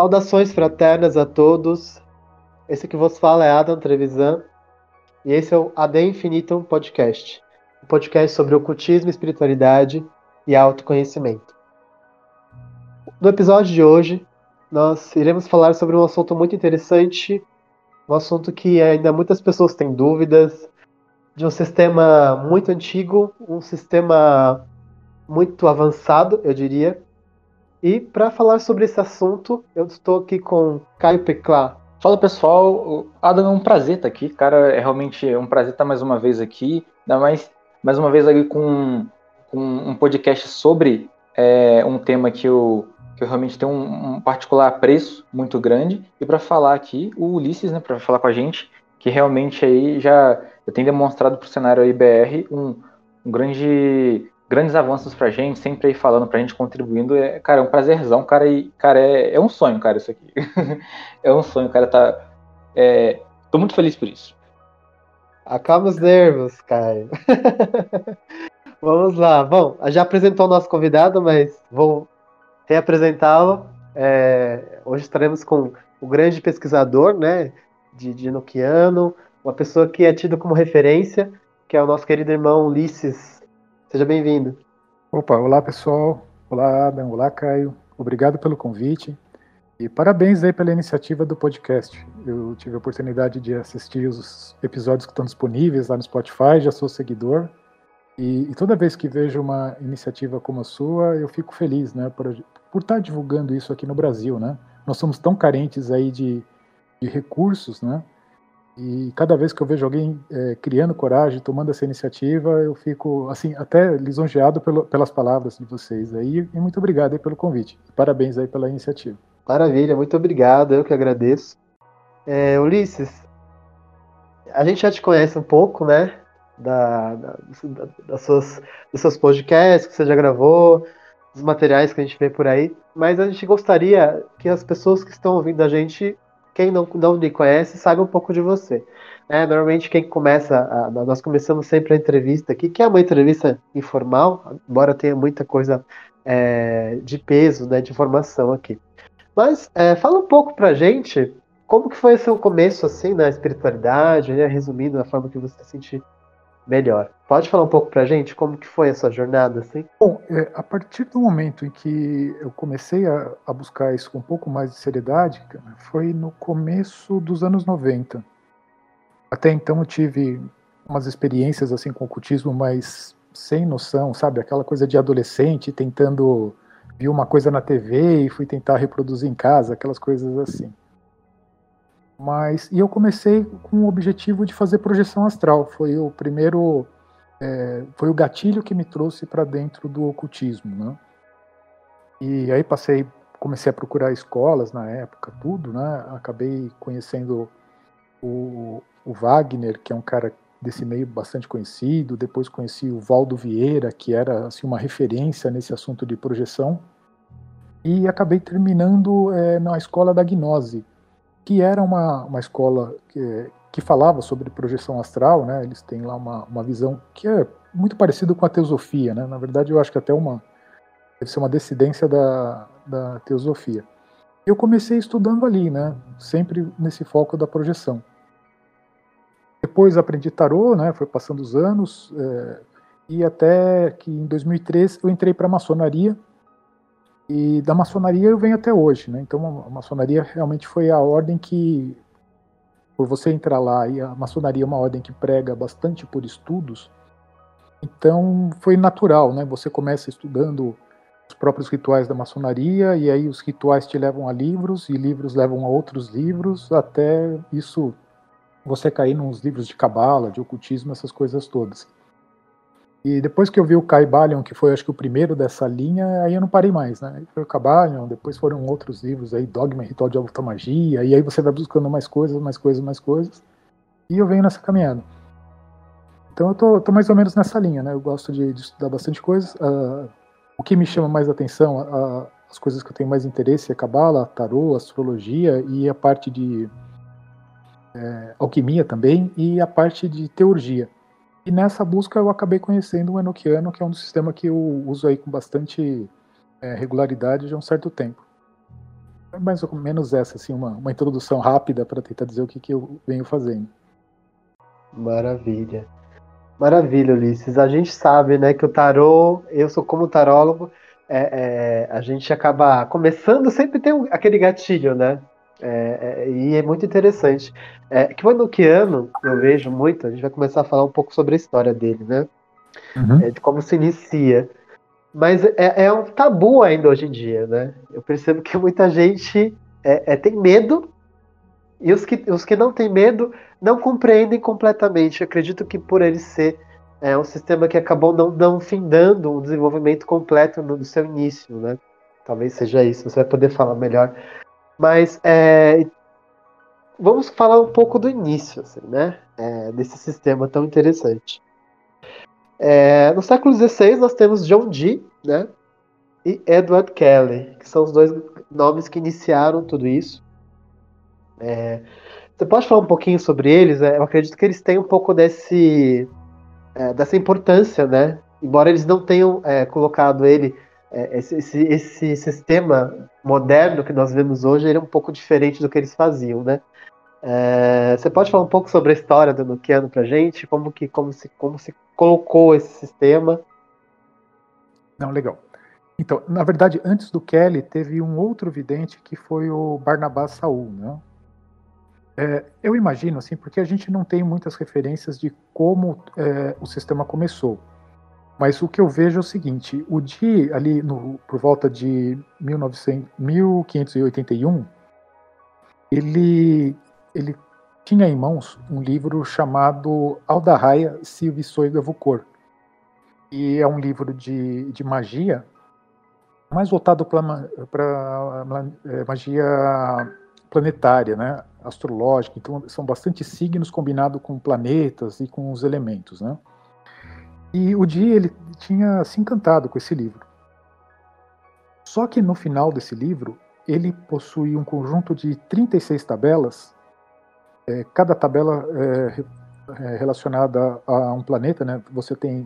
Saudações fraternas a todos. Esse que vos fala é Adam Trevisan e esse é o Ad Infinitum Podcast, um podcast sobre ocultismo, espiritualidade e autoconhecimento. No episódio de hoje, nós iremos falar sobre um assunto muito interessante, um assunto que ainda muitas pessoas têm dúvidas, de um sistema muito antigo, um sistema muito avançado, eu diria. E para falar sobre esse assunto, eu estou aqui com Caio Peclá. Fala pessoal, Adam, é um prazer estar aqui, cara, é realmente um prazer estar mais uma vez aqui, ainda mais uma vez aqui com um podcast sobre um tema que eu realmente tenho um particular apreço muito grande, e para falar aqui o Ulisses, né, para falar com a gente, que realmente aí já tem demonstrado para o cenário aí BR um grandes avanços pra gente, sempre aí falando pra gente, contribuindo, cara, é um prazerzão, cara, e, cara, é um sonho, cara, isso aqui. É um sonho, cara, tô muito feliz por isso. Acalma os nervos, Caio. Vamos lá. Bom, já apresentou o nosso convidado, mas vou reapresentá-lo. Hoje estaremos com o grande pesquisador, né, de Enochiano, uma pessoa que é tida como referência, que é o nosso querido irmão Ulisses. Seja bem-vindo. Opa, olá pessoal, olá Adam, olá Caio, obrigado pelo convite e parabéns aí pela iniciativa do podcast. Eu tive a oportunidade de assistir os episódios que estão disponíveis lá no Spotify, já sou seguidor e toda vez que vejo uma iniciativa como a sua, eu fico feliz, né, por estar divulgando isso aqui no Brasil, né? Nós somos tão carentes aí de recursos, né? E cada vez que eu vejo alguém criando coragem, tomando essa iniciativa, eu fico assim até lisonjeado pelas palavras de vocês aí, e muito obrigado aí pelo convite. Parabéns aí pela iniciativa. Maravilha, muito obrigado, eu que agradeço. Ulisses, a gente já te conhece um pouco, né? Dos seus podcasts que você já gravou, dos materiais que a gente vê por aí, mas a gente gostaria que as pessoas que estão ouvindo a gente, quem não lhe conhece, saiba um pouco de você. Normalmente nós começamos sempre a entrevista aqui, que é uma entrevista informal, embora tenha muita coisa de peso, né, de informação aqui. Mas fala um pouco pra gente como que foi o seu começo assim na espiritualidade, né, resumindo da forma que você se sentir melhor. Pode falar um pouco pra gente como que foi a sua jornada, assim? Bom, a partir do momento em que eu comecei a buscar isso com um pouco mais de seriedade, foi no começo dos anos 90. Até então eu tive umas experiências assim com o ocultismo, mas sem noção, sabe? Aquela coisa de adolescente tentando ver uma coisa na TV e fui tentar reproduzir em casa, aquelas coisas assim. E eu comecei com o objetivo de fazer projeção astral. Foi o primeiro, foi o gatilho que me trouxe para dentro do ocultismo, né? E aí comecei a procurar escolas na época, tudo, né? Acabei conhecendo o Wagner, que é um cara desse meio bastante conhecido. Depois conheci o Valdo Vieira, que era assim, uma referência nesse assunto de projeção. E acabei terminando na escola da Gnose, que era uma escola que falava sobre projeção astral, né? Eles têm lá uma visão que é muito parecida com a teosofia, né? Na verdade, eu acho que até deve ser uma descendência da teosofia. Eu comecei estudando ali, né? Sempre nesse foco da projeção. Depois aprendi tarô, né? Foi passando os anos, e até que em 2003 eu entrei para a maçonaria. E da maçonaria eu venho até hoje, né? Então a maçonaria realmente foi a ordem que, por você entrar lá, e a maçonaria é uma ordem que prega bastante por estudos, então foi natural, né? Você começa estudando os próprios rituais da maçonaria, e aí os rituais te levam a livros, e livros levam a outros livros, até isso você cair nos livros de cabala, de ocultismo, essas coisas todas. E depois que eu vi o Kybalion, que foi acho que o primeiro dessa linha, aí eu não parei mais, né? Aí foi o Kybalion, depois foram outros livros aí, Dogma e Ritual de Automagia, e aí você vai buscando mais coisas, e eu venho nessa caminhada. Então eu tô mais ou menos nessa linha, né? Eu gosto de estudar bastante coisa. O que me chama mais atenção, as coisas que eu tenho mais interesse é Cabala, Tarô, Astrologia e a parte de alquimia também, e a parte de teurgia. E nessa busca eu acabei conhecendo o Enochiano, que é um sistema que eu uso aí com bastante regularidade já há um certo tempo. É mais ou menos essa, assim, uma introdução rápida para tentar dizer o que eu venho fazendo. Maravilha. Maravilha, Ulisses. A gente sabe, né, que o tarô, eu sou como tarólogo, a gente acaba começando, sempre tem aquele gatilho, né? E é muito interessante. Que o Enochiano, eu vejo muito, a gente vai começar a falar um pouco sobre a história dele, né? Uhum. De como se inicia. Mas é um tabu ainda hoje em dia, né? Eu percebo que muita gente tem medo, e os que não têm medo não compreendem completamente. Eu acredito que por ele ser um sistema que acabou não findando o desenvolvimento completo no seu início, né? Talvez seja isso, você vai poder falar melhor. Mas vamos falar um pouco do início, assim, né? Desse sistema tão interessante. No século XVI nós temos John Dee, né? E Edward Kelly, que são os dois nomes que iniciaram tudo isso. Você pode falar um pouquinho sobre eles? Eu acredito que eles têm um pouco dessa importância, né? Embora eles não tenham colocado esse sistema moderno que nós vemos hoje, ele é um pouco diferente do que eles faziam, né? Você pode falar um pouco sobre a história do Enochiano pra gente? Como se colocou esse sistema? Não, legal. Então, na verdade, antes do Kelly, teve um outro vidente que foi o Barnabás Saul, né? Eu imagino, assim, porque a gente não tem muitas referências de como o sistema começou. Mas o que eu vejo é o seguinte: o Dee, ali por volta de 1581, ele tinha em mãos um livro chamado Aldarraia Silvisoiga Vucor. E é um livro de magia, mais voltado para magia planetária, né? Astrológica. Então são bastante signos combinados com planetas e com os elementos, né? E o Dee, ele tinha se encantado com esse livro. Só que no final desse livro, ele possui um conjunto de 36 tabelas, cada tabela relacionada a um planeta, né? Você tem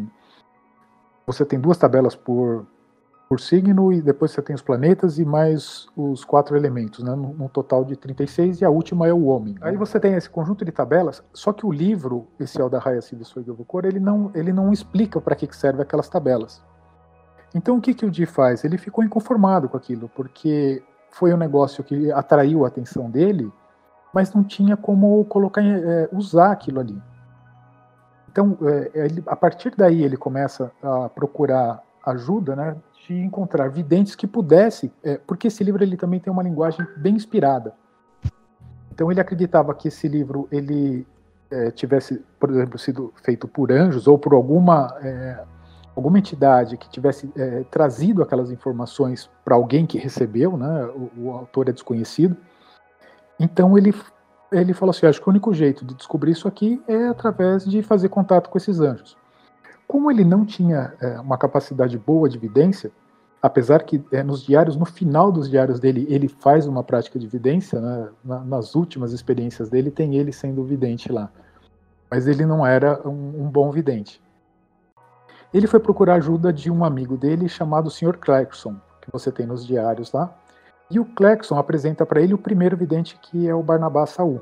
duas tabelas por signo, e depois você tem os planetas e mais os 4 elementos, né? Num total de 36, e a última é o homem. Aí você tem esse conjunto de tabelas, só que o livro, esse Aldarraia Silvisoiga Vucor, ele não explica para que serve aquelas tabelas. Então o que o Dee faz? Ele ficou inconformado com aquilo, porque foi um negócio que atraiu a atenção dele, mas não tinha como usar aquilo ali. Então, a partir daí, ele começa a procurar ajuda, né, de encontrar videntes que pudessem, porque esse livro ele também tem uma linguagem bem inspirada. Então, ele acreditava que esse livro ele tivesse, por exemplo, sido feito por anjos ou por alguma entidade que tivesse trazido aquelas informações para alguém que recebeu, né, o autor é desconhecido. Então, ele falou assim: acho que o único jeito de descobrir isso aqui é através de fazer contato com esses anjos. Como ele não tinha uma capacidade boa de vidência, apesar que no final dos diários dele, ele faz uma prática de vidência, né, nas últimas experiências dele, tem ele sendo vidente lá. Mas ele não era um bom vidente. Ele foi procurar ajuda de um amigo dele chamado Sr. Clarkson, que você tem nos diários lá. E o Clarkson apresenta para ele o primeiro vidente, que é o Barnabás Saul.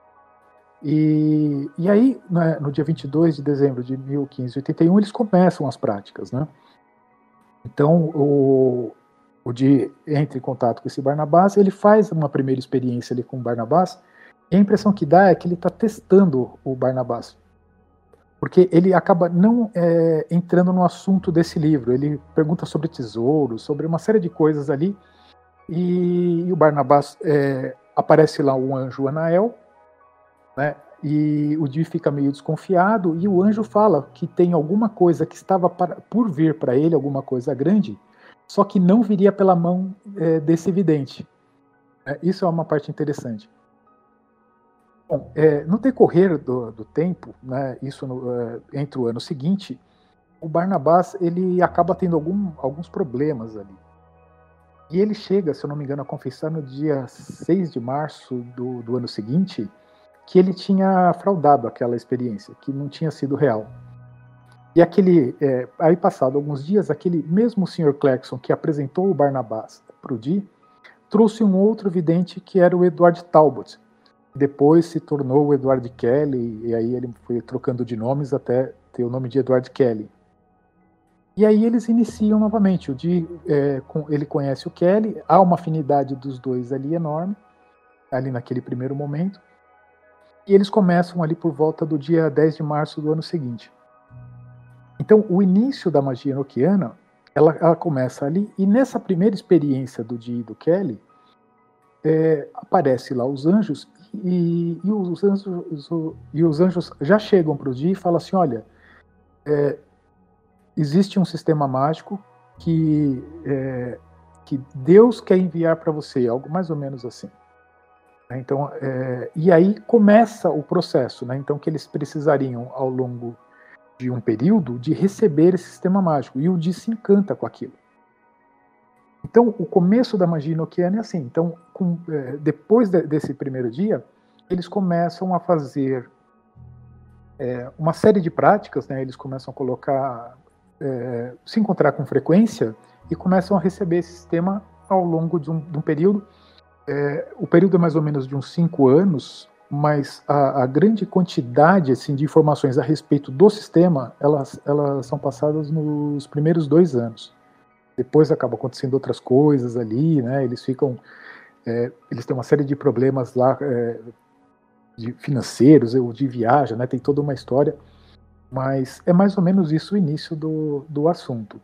E aí, né, no dia 22 de dezembro de 1581, eles começam as práticas, né? Então, o Dee entra em contato com esse Barnabás, ele faz uma primeira experiência ali com o Barnabás, e a impressão que dá é que ele está testando o Barnabás, porque ele acaba não entrando no assunto desse livro. Ele pergunta sobre tesouros, sobre uma série de coisas ali, e o Barnabás aparece lá um anjo Anael, né? E o Dee fica meio desconfiado, e o anjo fala que tem alguma coisa que estava por vir para ele, alguma coisa grande, só que não viria pela mão desse vidente. Isso é uma parte interessante. Bom, no decorrer do tempo, né, isso entre o ano seguinte, o Barnabás ele acaba tendo alguns problemas ali. E ele chega, se eu não me engano, a confessar no dia 6 de março do ano seguinte que ele tinha fraudado aquela experiência, que não tinha sido real. E aí passado alguns dias, aquele mesmo Sr. Clarkson que apresentou o Barnabás para o Dee, trouxe um outro vidente que era o Edward Talbot. Depois se tornou o Edward Kelly, e aí ele foi trocando de nomes até ter o nome de Edward Kelly. E aí eles iniciam novamente. Ele conhece o Kelly, há uma afinidade dos dois ali enorme, ali naquele primeiro momento, e eles começam ali por volta do dia 10 de março do ano seguinte. Então, o início da magia enoquiana, ela começa ali, e nessa primeira experiência do Dee e do Kelly, aparece lá os anjos, e os anjos já chegam para o Dee e falam assim, olha, existe um sistema mágico que Deus quer enviar para você, algo mais ou menos assim. Então, e aí começa o processo, né? Então, que eles precisariam, ao longo de um período, de receber esse sistema mágico, e o Dee se encanta com aquilo. Então, o começo da magia enoquiana é assim. Então, depois desse primeiro dia, eles começam a fazer uma série de práticas, né? Eles começam a colocar, se encontrar com frequência e começam a receber esse sistema ao longo de um período. O período é mais ou menos de uns 5 anos, mas a grande quantidade assim, de informações a respeito do sistema, elas são passadas nos primeiros 2 anos. Depois acabam acontecendo outras coisas ali, né? Eles têm uma série de problemas lá, de financeiros, ou de viagem, né? Tem toda uma história, mas é mais ou menos isso o início do assunto.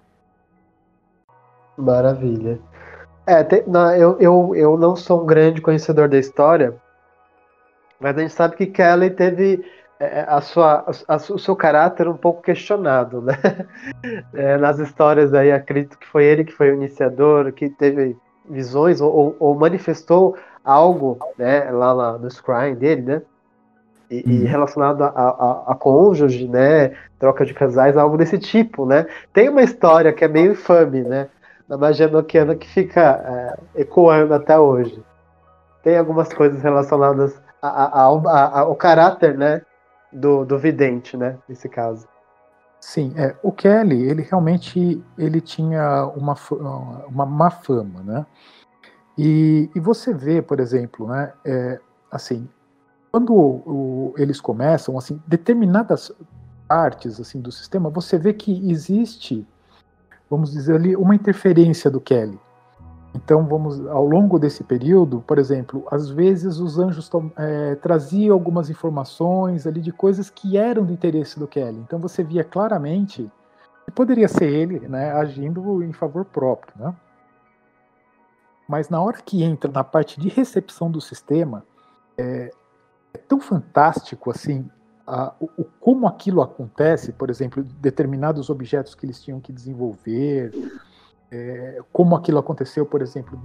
Maravilha. Eu não sou um grande conhecedor da história, mas a gente sabe que Kelly teve o seu caráter um pouco questionado, né? Nas histórias aí, acredito que foi ele que foi o iniciador, que teve visões ou manifestou algo, né, lá no scrying dele, né? E relacionado a cônjuge, né? Troca de casais, algo desse tipo, né? Tem uma história que é meio infame, né? Da magia enoquiana que fica ecoando até hoje. Tem algumas coisas relacionadas ao caráter, né? Do vidente, né? Nesse caso. Sim, o Kelly, ele realmente tinha uma má fama, né? E você vê, por exemplo, né? Assim, quando eles começam, assim, determinadas partes assim do sistema, você vê que existe, vamos dizer ali, uma interferência do Kelly. Então, ao longo desse período, por exemplo, às vezes os anjos traziam algumas informações ali de coisas que eram do interesse do Kelly. Então, você via claramente que poderia ser ele, né, agindo em favor próprio, né? Mas na hora que entra na parte de recepção do sistema, é tão fantástico assim, como aquilo acontece, por exemplo, determinados objetos que eles tinham que desenvolver, como aquilo aconteceu, por exemplo,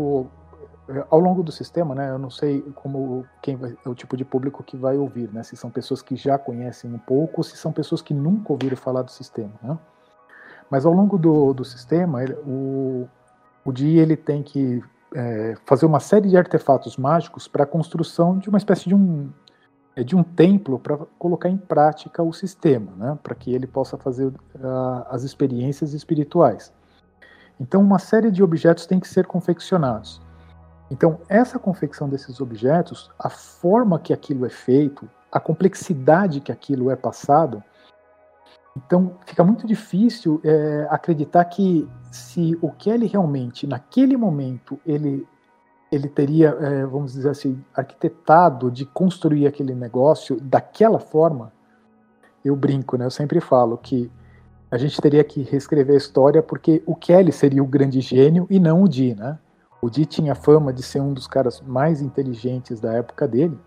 ao longo do sistema, né? Eu não sei é o tipo de público que vai ouvir, né? Se são pessoas que já conhecem um pouco, ou se são pessoas que nunca ouviram falar do sistema, né? Mas ao longo do sistema, o Dee ele tem que fazer uma série de artefatos mágicos para a construção de uma espécie de um templo para colocar em prática o sistema, né? Para que ele possa fazer as experiências espirituais. Então, uma série de objetos tem que ser confeccionados. Então, essa confecção desses objetos, a forma que aquilo é feito, a complexidade que aquilo é passado, então fica muito difícil acreditar que se o Kelly realmente, naquele momento, ele teria, vamos dizer assim, arquitetado de construir aquele negócio daquela forma. Eu brinco, né? Eu sempre falo que a gente teria que reescrever a história porque o Kelly seria o grande gênio e não o Dee, né? O Dee tinha fama de ser um dos caras mais inteligentes da época dele,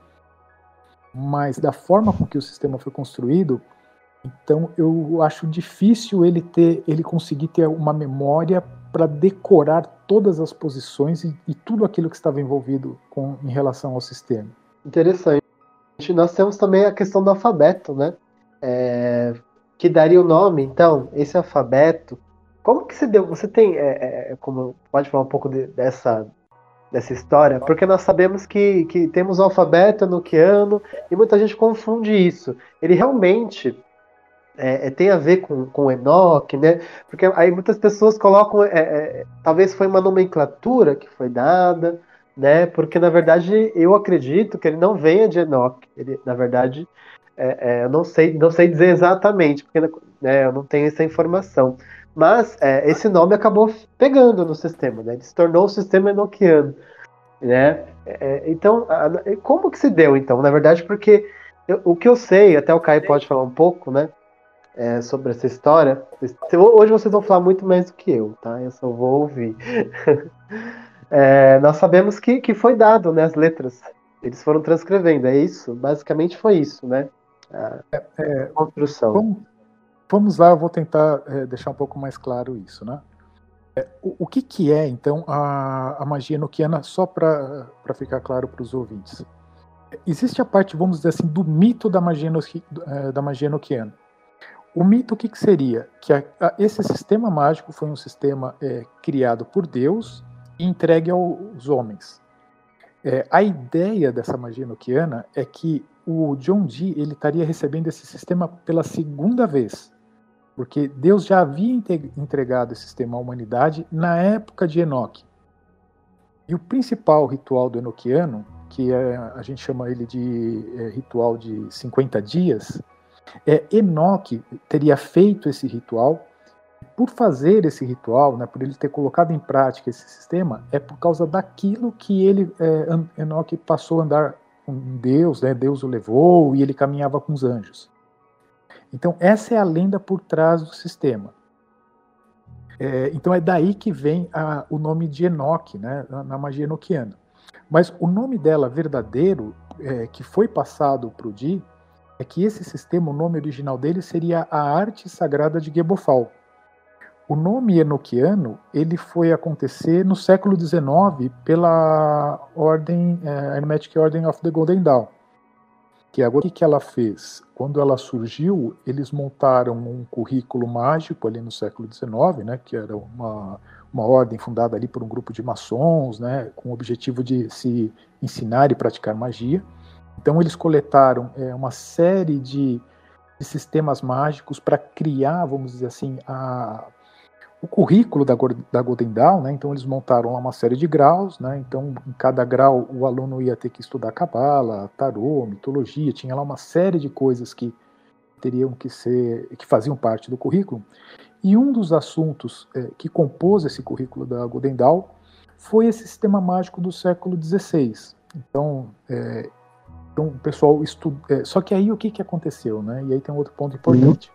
mas da forma com que o sistema foi construído, então eu acho difícil ele conseguir ter uma memória para decorar todas as posições e tudo aquilo que estava envolvido em relação ao sistema. Interessante. Nós temos também a questão do alfabeto, né? Que daria o nome, então, esse alfabeto. Como que se deu? Você tem, como pode falar um pouco dessa história? Porque nós sabemos que temos o alfabeto enoquiano e muita gente confunde isso. Ele realmente tem a ver com Enoque, né? Porque aí muitas pessoas colocam, talvez foi uma nomenclatura que foi dada, né? Porque na verdade eu acredito que ele não venha de Enoque. Ele, na verdade, eu não sei dizer exatamente, porque né, eu não tenho essa informação. Mas esse nome acabou pegando no sistema, né? Ele se tornou o sistema enoquiano, né? Então, como que se deu, então? Na verdade, porque o que eu sei, até o Caio pode falar um pouco, né? Sobre essa história. Hoje vocês vão falar muito mais do que eu, tá? Eu só vou ouvir. Nós sabemos que foi dado, né? As letras. Eles foram transcrevendo, é isso? Basicamente foi isso, né? A construção. Vamos lá, eu vou tentar deixar um pouco mais claro isso, né? O que é, então, a magia enoquiana, só para ficar claro para os ouvintes? Existe a parte, vamos dizer assim, do mito da magia enoquiana. O mito, o que seria? Que esse sistema mágico foi um sistema criado por Deus e entregue aos homens. A ideia dessa magia enoquiana é que o John Dee ele estaria recebendo esse sistema pela segunda vez, porque Deus já havia entregado esse sistema à humanidade na época de Enoque. E o principal ritual do enoquiano, que a gente chama ele de ritual de 50 dias, Enoque teria feito esse ritual. Por fazer esse ritual, né, por ele ter colocado em prática esse sistema, é por causa daquilo que Enoque passou a andar com Deus, né, Deus o levou e ele caminhava com os anjos. Então essa é a lenda por trás do sistema. Então é daí que vem o nome de Enoque, né, na magia enoquiana. Mas o nome dela verdadeiro, que foi passado para o Dee, é que esse sistema, o nome original dele seria a Arte Sagrada de Gebofal. O nome enoquiano ele foi acontecer no século XIX pela ordem Hermetic Order of the Golden Dawn. Que agora o que ela fez? Quando ela surgiu, eles montaram um currículo mágico ali no século XIX, né, que era uma ordem fundada ali por um grupo de maçons, né, com o objetivo de se ensinar e praticar magia. Então eles coletaram uma série de sistemas mágicos para criar, vamos dizer assim, o currículo da Golden Dawn, né? Então eles montaram lá uma série de graus, né? Então em cada grau o aluno ia ter que estudar cabala, tarô, mitologia, tinha lá uma série de coisas que teriam que faziam parte do currículo. E um dos assuntos que compôs esse currículo da Golden Dawn foi esse sistema mágico do século XVI. Então o pessoal estuda. Só que aí o que aconteceu, né? E aí tem um outro ponto importante.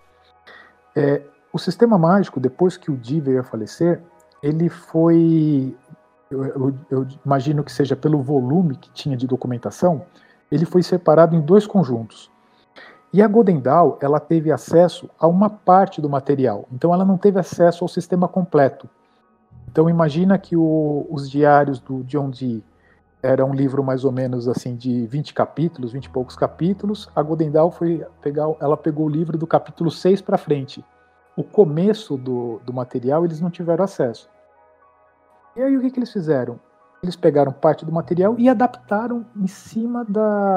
O sistema mágico, depois que o Dee veio a falecer, ele foi, eu imagino que seja pelo volume que tinha de documentação, ele foi separado em 2 conjuntos. E a Golden Dawn, ela teve acesso a uma parte do material, então ela não teve acesso ao sistema completo. Então imagina que os diários do John Dee era um livro mais ou menos assim de 20 capítulos, 20 e poucos capítulos, a Golden Dawn ela pegou o livro do capítulo 6 para frente. O começo do material eles não tiveram acesso. E aí o que eles fizeram? Eles pegaram parte do material e adaptaram em cima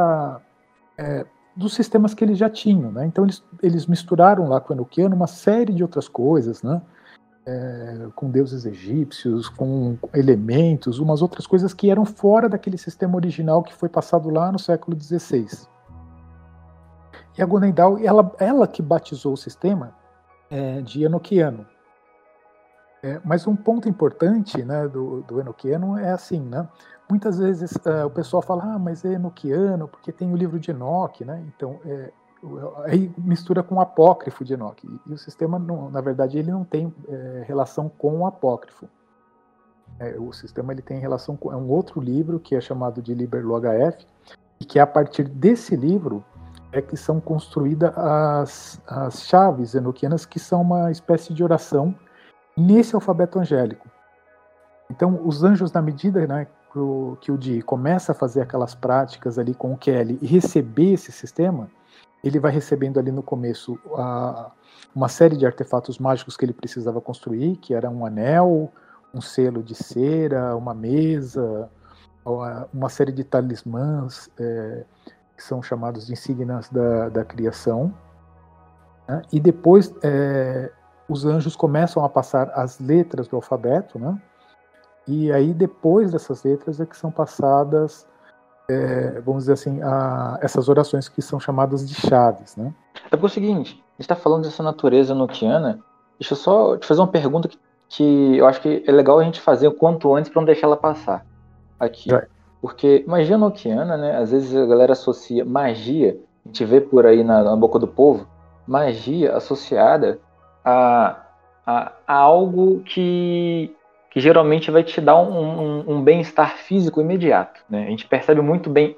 dos sistemas que eles já tinham, né? Então eles misturaram lá com o enoquiano uma série de outras coisas, né? Com deuses egípcios, com elementos, umas outras coisas que eram fora daquele sistema original que foi passado lá no século XVI. E a Golden Dawn, ela que batizou o sistema de enoquiano. Mas um ponto importante, né, do enoquiano é assim, né? Muitas vezes o pessoal fala, mas é enoquiano porque tem o livro de Enoque, né? Então aí mistura com o apócrifo de Enoque. E o sistema, na verdade, ele não tem relação com o apócrifo. O sistema ele tem relação com um outro livro que é chamado de Liber HF, e que a partir desse livro que são construídas as chaves enoquianas, que são uma espécie de oração nesse alfabeto angélico. Então, os anjos, na medida, né, que o Dee começa a fazer aquelas práticas ali com o Kelly e receber esse sistema, ele vai recebendo ali no começo uma série de artefatos mágicos que ele precisava construir, que era um anel, um selo de cera, uma mesa, uma série de talismãs, que são chamados de insígnias da criação. né? E depois os anjos começam a passar as letras do alfabeto, né? E aí depois dessas letras é que são passadas, vamos dizer assim, essas orações que são chamadas de chaves, né? É porque é o seguinte, a gente está falando dessa natureza enoquiana, deixa eu só te fazer uma pergunta que eu acho que é legal a gente fazer o quanto antes para não deixar ela passar aqui. Já. Porque magia enoquiana, né, às vezes a galera associa magia, a gente vê por aí na boca do povo, magia associada a algo que geralmente vai te dar um bem-estar físico imediato, né? A gente percebe muito bem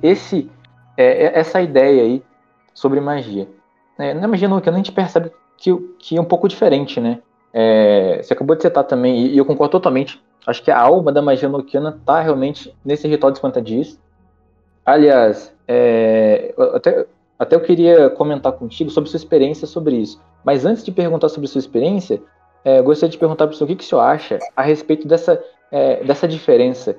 essa ideia aí sobre magia. Na magia enoquiana a gente percebe que é um pouco diferente, né? Você acabou de citar também, e eu concordo totalmente. Acho que a alma da magia enoquiana está realmente nesse ritual de 50 dias. Aliás, até eu queria comentar contigo sobre sua experiência sobre isso. Mas antes de perguntar sobre sua experiência, eu gostaria de perguntar para você o que o senhor acha a respeito dessa diferença.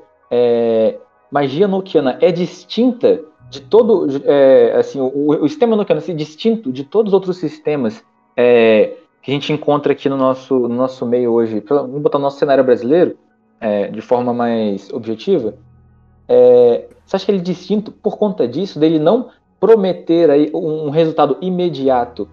Magia enoquiana é distinta de todo, assim, o sistema enoquiano é distinto de todos os outros sistemas que a gente encontra aqui no nosso meio hoje. Vamos botar no nosso cenário brasileiro de forma mais objetiva. Você acha que ele é distinto por conta disso, dele não prometer aí um resultado imediato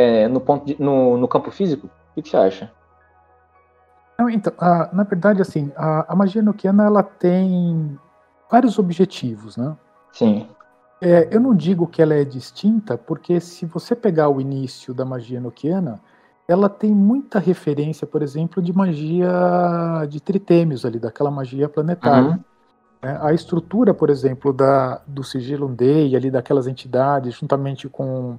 no campo físico? O que você acha? Não, então, na verdade, assim, a magia enoquiana ela tem vários objetivos, né? Sim. Eu não digo que ela é distinta, porque se você pegar o início da magia enoquiana, ela tem muita referência, por exemplo, de magia de tritêmios ali, daquela magia planetária. Uhum. A estrutura, por exemplo, do sigilo Undei, ali daquelas entidades, juntamente com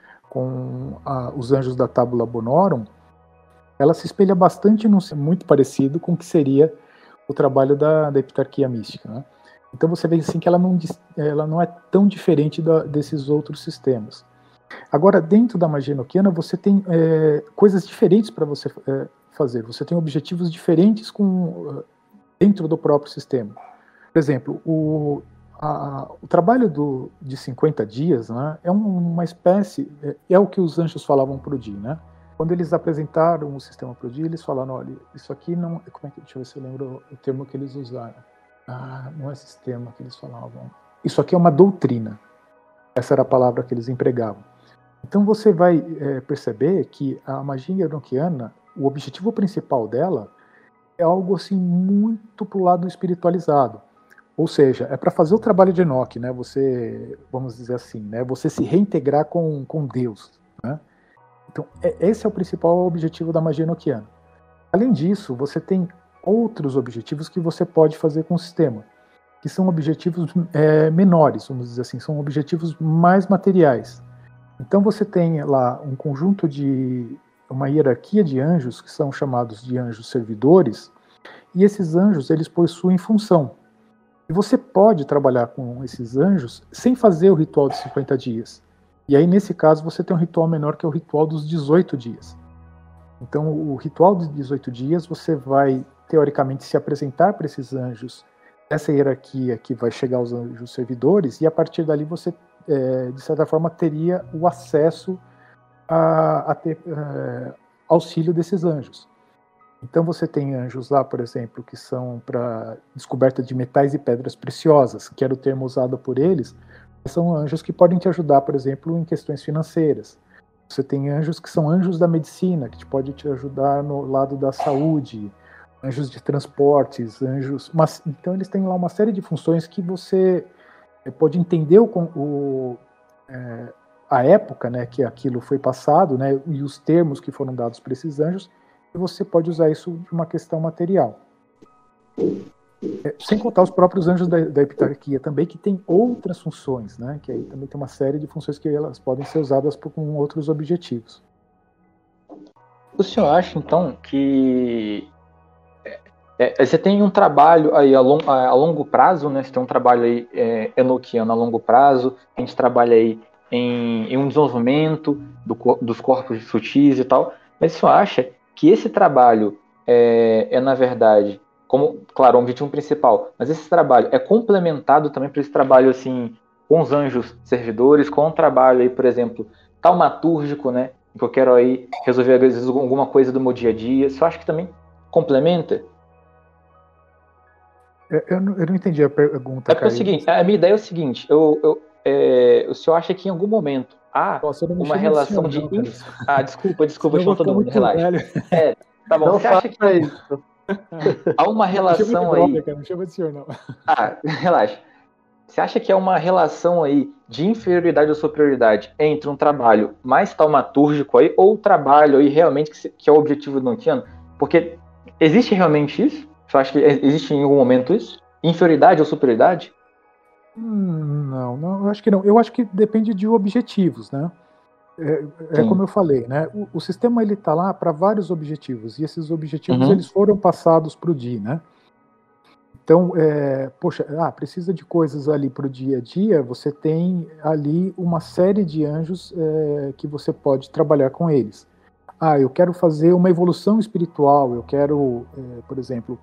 os anjos da Tábula Bonorum, ela se espelha bastante muito parecido com o que seria o trabalho da Heptarquia Mística, né? Então você vê assim que ela não é tão diferente desses outros sistemas. Agora, dentro da magia enoquiana, você tem coisas diferentes para você fazer. Você tem objetivos diferentes dentro do próprio sistema. Por exemplo, o trabalho de 50 dias, né, é uma espécie, é o que os anjos falavam para o Di, né? Quando eles apresentaram o sistema para o Di, eles falaram, olha, isso aqui não... deixa eu ver se eu lembro o termo que eles usaram. Não é sistema que eles falavam. Isso aqui é uma doutrina. Essa era a palavra que eles empregavam. Então você vai perceber que a magia enoquiana, o objetivo principal dela é algo assim muito para o lado espiritualizado. Ou seja, é para fazer o trabalho de Enoque, né? Você, vamos dizer assim, né? Você se reintegrar com Deus, né? Então, esse é o principal objetivo da magia enoquiana. Além disso, você tem outros objetivos que você pode fazer com o sistema, que são objetivos menores, vamos dizer assim, são objetivos mais materiais. Então você tem lá um conjunto uma hierarquia de anjos, que são chamados de anjos servidores, e esses anjos, eles possuem função. E você pode trabalhar com esses anjos sem fazer o ritual de 50 dias. E aí, nesse caso, você tem um ritual menor, que é o ritual dos 18 dias. Então, o ritual dos 18 dias, você vai, teoricamente, se apresentar para esses anjos, essa hierarquia que vai chegar aos anjos servidores, e a partir dali você, de certa forma, teria o acesso a ter auxílio desses anjos. Então você tem anjos lá, por exemplo, que são para descoberta de metais e pedras preciosas, que era o termo usado por eles. São anjos que podem te ajudar, por exemplo, em questões financeiras. Você tem anjos que são anjos da medicina, que podem te ajudar no lado da saúde, anjos de transportes, então eles têm lá uma série de funções que você pode entender a época, né, que aquilo foi passado, né, e os termos que foram dados para esses anjos, e você pode usar isso de uma questão material. Sem contar os próprios anjos da heptarquia também, que tem outras funções, né, que aí também tem uma série de funções que elas podem ser usadas com outros objetivos. O senhor acha, então, que você tem um trabalho aí a longo prazo, né? Você tem um trabalho aí enoquiano a longo prazo, a gente trabalha aí em um desenvolvimento dos corpos sutis e tal, mas o senhor acha que esse trabalho na verdade, como, claro, o objetivo principal, mas esse trabalho é complementado também para esse trabalho, assim, com os anjos servidores, com um trabalho aí, por exemplo, taumatúrgico, né? que eu quero aí resolver, às vezes, alguma coisa do meu dia a dia. Você acha que também complementa? Eu não entendi a pergunta, É porque é o Caio. seguinte, a minha ideia é o seguinte, o senhor acha que em algum momento há Você não me uma chama de senhor, relação de... não, cara. desculpa, Senão eu vou chamou ficar todo mundo, muito relaxa. velho. Tá bom, Não você acha que faça isso. há uma Não, me chama de relação aí... brother, cara. Não chama de senhor, não. Relaxa. Você acha que é uma relação aí de inferioridade ou superioridade entre um trabalho mais taumatúrgico aí ou o trabalho aí realmente que é o objetivo do Nokiano? Porque existe realmente isso? Você acha que existe em algum momento isso? Inferioridade ou superioridade? Não, eu acho que não. Eu acho que depende de objetivos, né? É como Sim. eu falei, né? O sistema ele está lá para vários objetivos e esses objetivos Uhum. eles foram passados para o DI, né? Então, poxa, precisa de coisas ali para o dia a dia. Você tem ali uma série de anjos que você pode trabalhar com eles. Eu quero fazer uma evolução espiritual. Eu quero, por exemplo,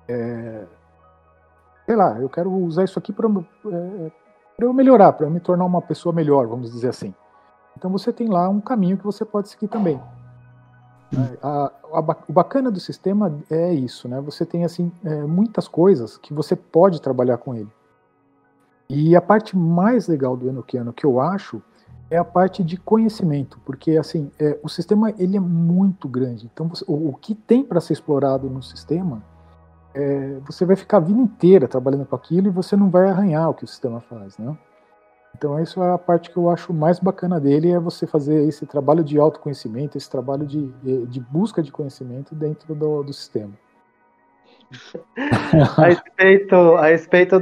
sei lá, eu quero usar isso aqui para eu melhorar, para eu me tornar uma pessoa melhor, vamos dizer assim. Então você tem lá um caminho que você pode seguir também. O bacana do sistema é isso, né? Você tem assim muitas coisas que você pode trabalhar com ele. E a parte mais legal do Enochiano que eu acho é a parte de conhecimento, porque assim o sistema ele é muito grande. Então o que tem para ser explorado no sistema você vai ficar a vida inteira trabalhando com aquilo e você não vai arranhar o que o sistema faz, né? Então, isso é a parte que eu acho mais bacana dele, é você fazer esse trabalho de autoconhecimento, esse trabalho de busca de conhecimento dentro do sistema. A respeito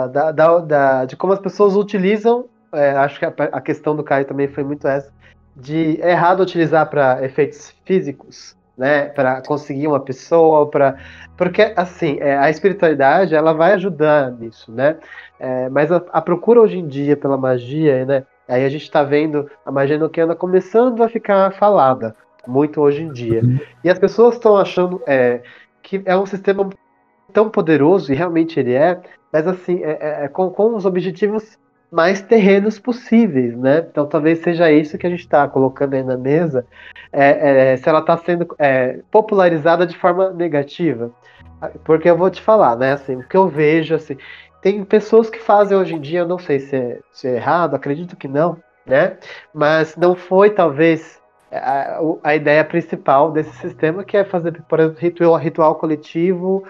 de como as pessoas utilizam, acho que a questão do Caio também foi muito essa, de é errado utilizar para efeitos físicos, né, para conseguir uma pessoa, porque assim, a espiritualidade ela vai ajudar nisso, né, mas a procura hoje em dia pela magia, né, aí a gente está vendo a magia enoquiana começando a ficar falada muito hoje em dia, e as pessoas estão achando que é um sistema tão poderoso, e realmente ele mas assim, com os objetivos mais terrenos possíveis, né? Então talvez seja isso que a gente está colocando aí na mesa, se ela está sendo popularizada de forma negativa. Porque eu vou te falar, né? Assim, o que eu vejo, assim, tem pessoas que fazem hoje em dia, eu não sei se é errado, acredito que não, né? Mas não foi talvez a ideia principal desse sistema, que é fazer, por exemplo, ritual coletivo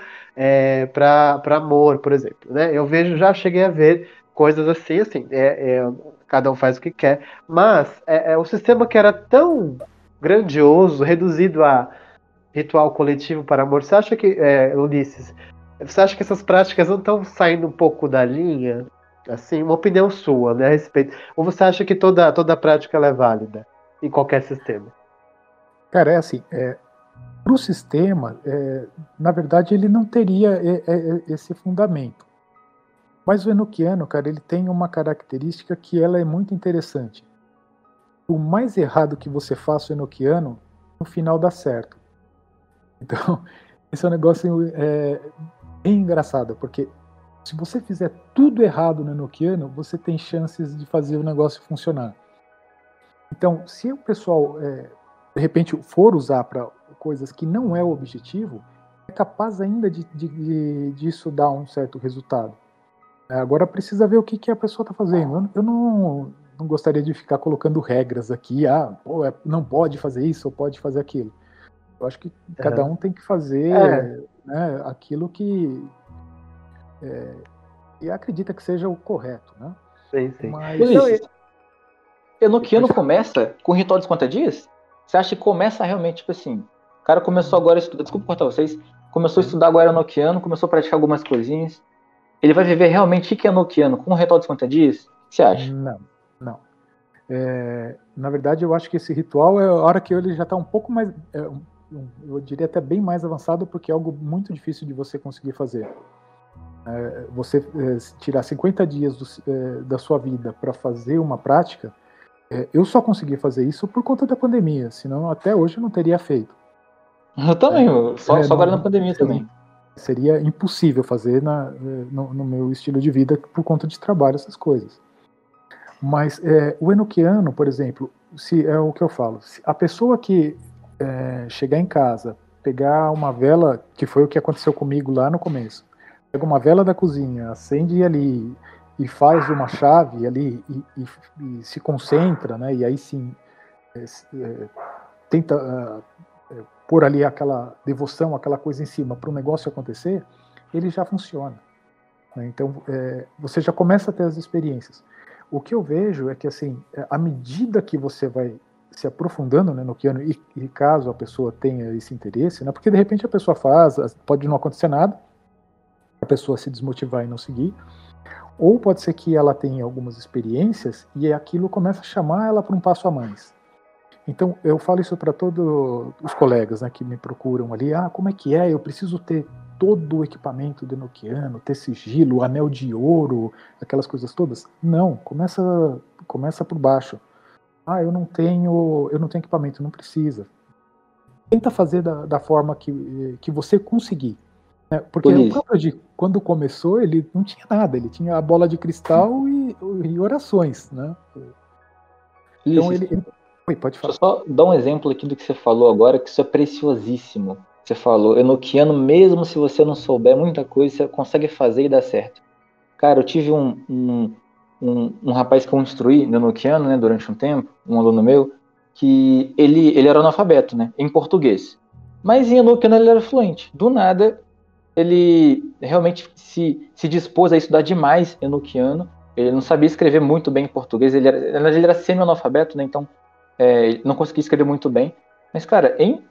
para amor, por exemplo, né? Eu vejo, já cheguei a ver coisas assim, cada um faz o que quer, mas o sistema que era tão grandioso, reduzido a ritual coletivo para amor, você acha que, Ulisses, você acha que essas práticas não estão saindo um pouco da linha? Assim, uma opinião sua, né, a respeito. Ou você acha que toda prática ela é válida em qualquer sistema? Cara, é assim, para o sistema, na verdade, ele não teria esse fundamento. Mas o Enochiano, cara, ele tem uma característica que ela é muito interessante. O mais errado que você faça o Enochiano, no final dá certo. Então, esse é um negócio bem engraçado, porque se você fizer tudo errado no Enochiano, você tem chances de fazer o negócio funcionar. Então, se o pessoal, de repente, for usar para coisas que não é o objetivo, é capaz ainda disso dar um certo resultado. Agora precisa ver o que a pessoa está fazendo. Eu não gostaria de ficar colocando regras aqui, não pode fazer isso ou pode fazer aquilo. Eu acho que cada um tem que fazer né, aquilo que acredita que seja o correto, né? Sim. Mas Ulisses, Enochiano começa com ritual dos 50 dias? Você acha que começa realmente, tipo assim, o cara começou agora a estudar, desculpa cortar vocês, começou a estudar agora Enochiano, começou a praticar algumas coisinhas, ele vai viver realmente o que é Enochiano com um ritual dos 50 dias? O que você acha? não. Na verdade, eu acho que esse ritual é a hora que ele já está um pouco mais, eu diria até bem mais avançado, porque é algo muito difícil de você conseguir fazer. Você tirar 50 dias da sua vida para fazer uma prática, eu só consegui fazer isso por conta da pandemia, senão até hoje eu não teria feito. Eu também, só agora na pandemia também. Seria impossível fazer no meu estilo de vida por conta de trabalho, essas coisas. Mas o Enochiano, por exemplo, se é o que eu falo. Se a pessoa que chegar em casa, pegar uma vela, que foi o que aconteceu comigo lá no começo, pega uma vela da cozinha, acende ali e faz uma chave ali e se concentra, né? E aí sim tenta pôr ali aquela devoção, aquela coisa em cima para o negócio acontecer, ele já funciona. Né? Então você já começa a ter as experiências. O que eu vejo é que assim, à medida que você vai se aprofundando, né, no Keanu, e caso a pessoa tenha esse interesse, né, porque de repente a pessoa faz, pode não acontecer nada, a pessoa se desmotivar e não seguir, ou pode ser que ela tenha algumas experiências e aquilo começa a chamar ela para um passo a mais. Então eu falo isso para todos os colegas, né, que me procuram ali, como é que é? Eu preciso ter todo o equipamento do Enochiano, ter sigilo, anel de ouro, aquelas coisas todas. Não, começa por baixo. Eu não tenho equipamento, não precisa. Tenta fazer da forma que você conseguir. Né? Porque o próprio Di, quando começou, ele não tinha nada, ele tinha a bola de cristal e orações. Né? Então ele... Oi, pode falar. Deixa eu só dar um exemplo aqui do que você falou agora, que isso é preciosíssimo. Você falou, Enochiano, mesmo se você não souber muita coisa, você consegue fazer e dar certo. Cara, eu tive um rapaz que eu instruí no Enochiano, né, durante um tempo, um aluno meu, que ele era analfabeto, né, em português. Mas em Enochiano ele era fluente. Do nada, ele realmente se dispôs a estudar demais Enochiano. Ele não sabia escrever muito bem em português, ele era semi-analfabeto, né, então ele não conseguia escrever muito bem. Mas, cara, em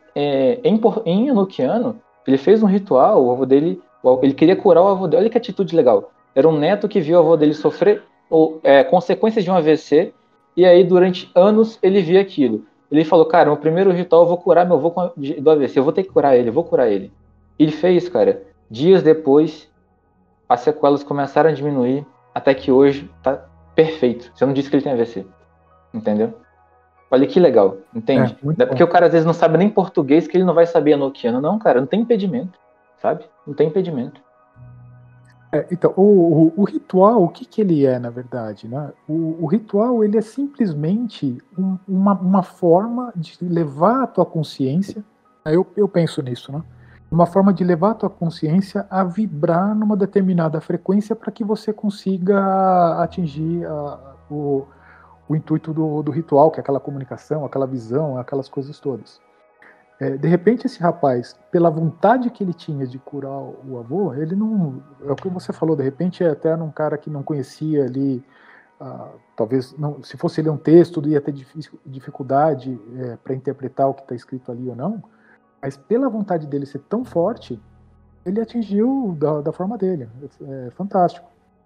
Enochiano, ele fez um ritual, o avô dele, ele queria curar o avô dele. Olha que atitude legal. Era um neto que viu o avô dele sofrer consequências de um AVC, e aí durante anos ele via aquilo. Ele falou, cara, no primeiro ritual eu vou curar meu avô do AVC, eu vou ter que curar ele, eu vou curar ele. Ele fez, cara. Dias depois, as sequelas começaram a diminuir, até que hoje tá perfeito. Você não disse que ele tem AVC, entendeu? Olha que legal, entende? Não é porque o cara às vezes não sabe nem português que ele não vai saber Enochiano. Não, cara, não tem impedimento, sabe? Não tem impedimento. Então, o ritual, o que ele é, na verdade? Né? O ritual, ele é simplesmente uma forma de levar a tua consciência, eu penso nisso, né? Uma forma de levar a tua consciência a vibrar numa determinada frequência para que você consiga atingir o intuito do ritual, que é aquela comunicação, aquela visão, aquelas coisas todas. De repente esse rapaz, pela vontade que ele tinha de curar o avô, ele não, é o que você falou, de repente é até um cara que não conhecia ali, talvez não, se fosse ler um texto ia ter dificuldade para interpretar o que está escrito ali ou não, mas pela vontade dele ser tão forte, ele atingiu da forma dele. É fantástico.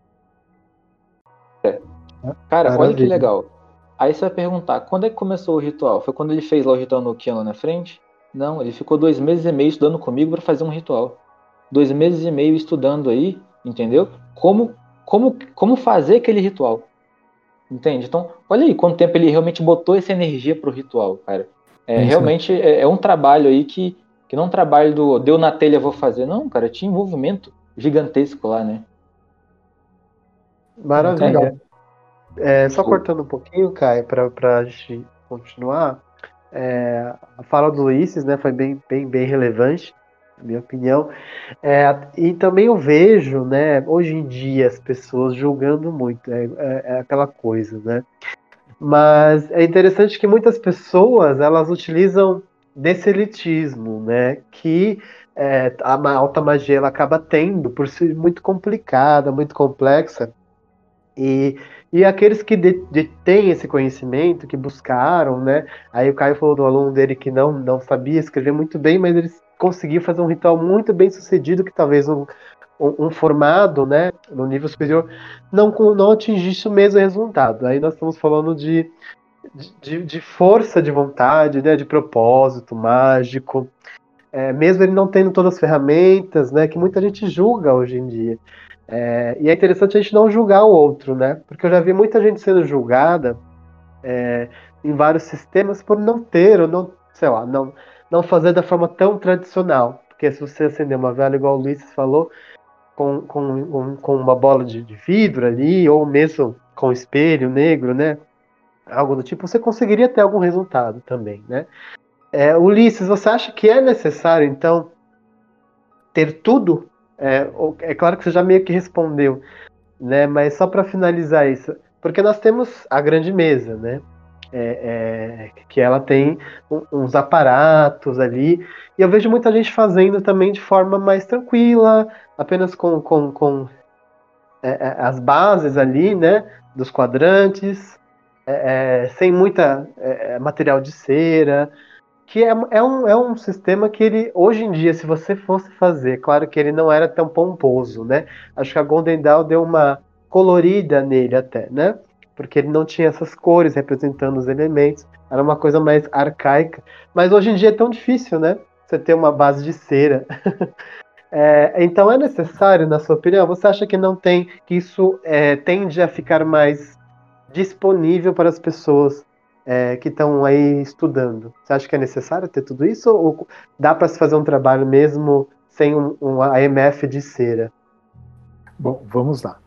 Cara, maravilha. Olha que legal. Aí você vai perguntar, quando é que começou o ritual? Foi quando ele fez lá o ritual Enochiano na frente? Não, ele ficou 2 meses e meio estudando comigo para fazer um ritual. 2 meses e meio estudando aí, entendeu? Como fazer aquele ritual. Entende? Então, olha aí quanto tempo ele realmente botou essa energia pro ritual, cara. Realmente é um trabalho aí que não é um trabalho do deu na telha, vou fazer. Não, cara, tinha um movimento gigantesco lá, né? Maravilha. Só cortando um pouquinho, Kai, para a gente continuar. A fala do Ulisses, né, foi bem relevante, na minha opinião. E também eu vejo, né, hoje em dia as pessoas julgando muito, aquela coisa, né? Mas é interessante que muitas pessoas elas utilizam desse elitismo, né, que a alta magia ela acaba tendo por ser muito complicada, muito complexa. E aqueles que detêm esse conhecimento, que buscaram, né? Aí o Caio falou do aluno dele que não sabia escrever muito bem, mas ele conseguiu fazer um ritual muito bem sucedido, que talvez um formado, né, no nível superior, não atingisse o mesmo resultado. Aí nós estamos falando de força de vontade, né, de propósito mágico, mesmo ele não tendo todas as ferramentas, né, que muita gente julga hoje em dia. E é interessante a gente não julgar o outro, né? Porque eu já vi muita gente sendo julgada em vários sistemas por não ter, ou não, sei lá, não fazer da forma tão tradicional. Porque se você acender uma vela, igual o Ulisses falou, com uma bola de vidro ali, ou mesmo com espelho negro, né? algo do tipo, você conseguiria ter algum resultado também, né? Ulisses, você acha que é necessário, então, ter tudo? É claro que você já meio que respondeu, né? Mas só para finalizar isso, porque nós temos a grande mesa, né? Que ela tem uns aparatos ali, e eu vejo muita gente fazendo também de forma mais tranquila, apenas com as bases ali, né? Dos quadrantes, sem muita material de cera, que é um sistema que ele, hoje em dia, se você fosse fazer, claro que ele não era tão pomposo, né? Acho que a Golden Dawn deu uma colorida nele até, né? Porque ele não tinha essas cores representando os elementos, era uma coisa mais arcaica. Mas hoje em dia é tão difícil, né? Você ter uma base de cera. Então é necessário, na sua opinião? Você acha que não tem, que isso tende a ficar mais disponível para as pessoas que estão aí estudando? Você acha que é necessário ter tudo isso ou dá para se fazer um trabalho mesmo sem um AMF de cera? Bom, vamos lá.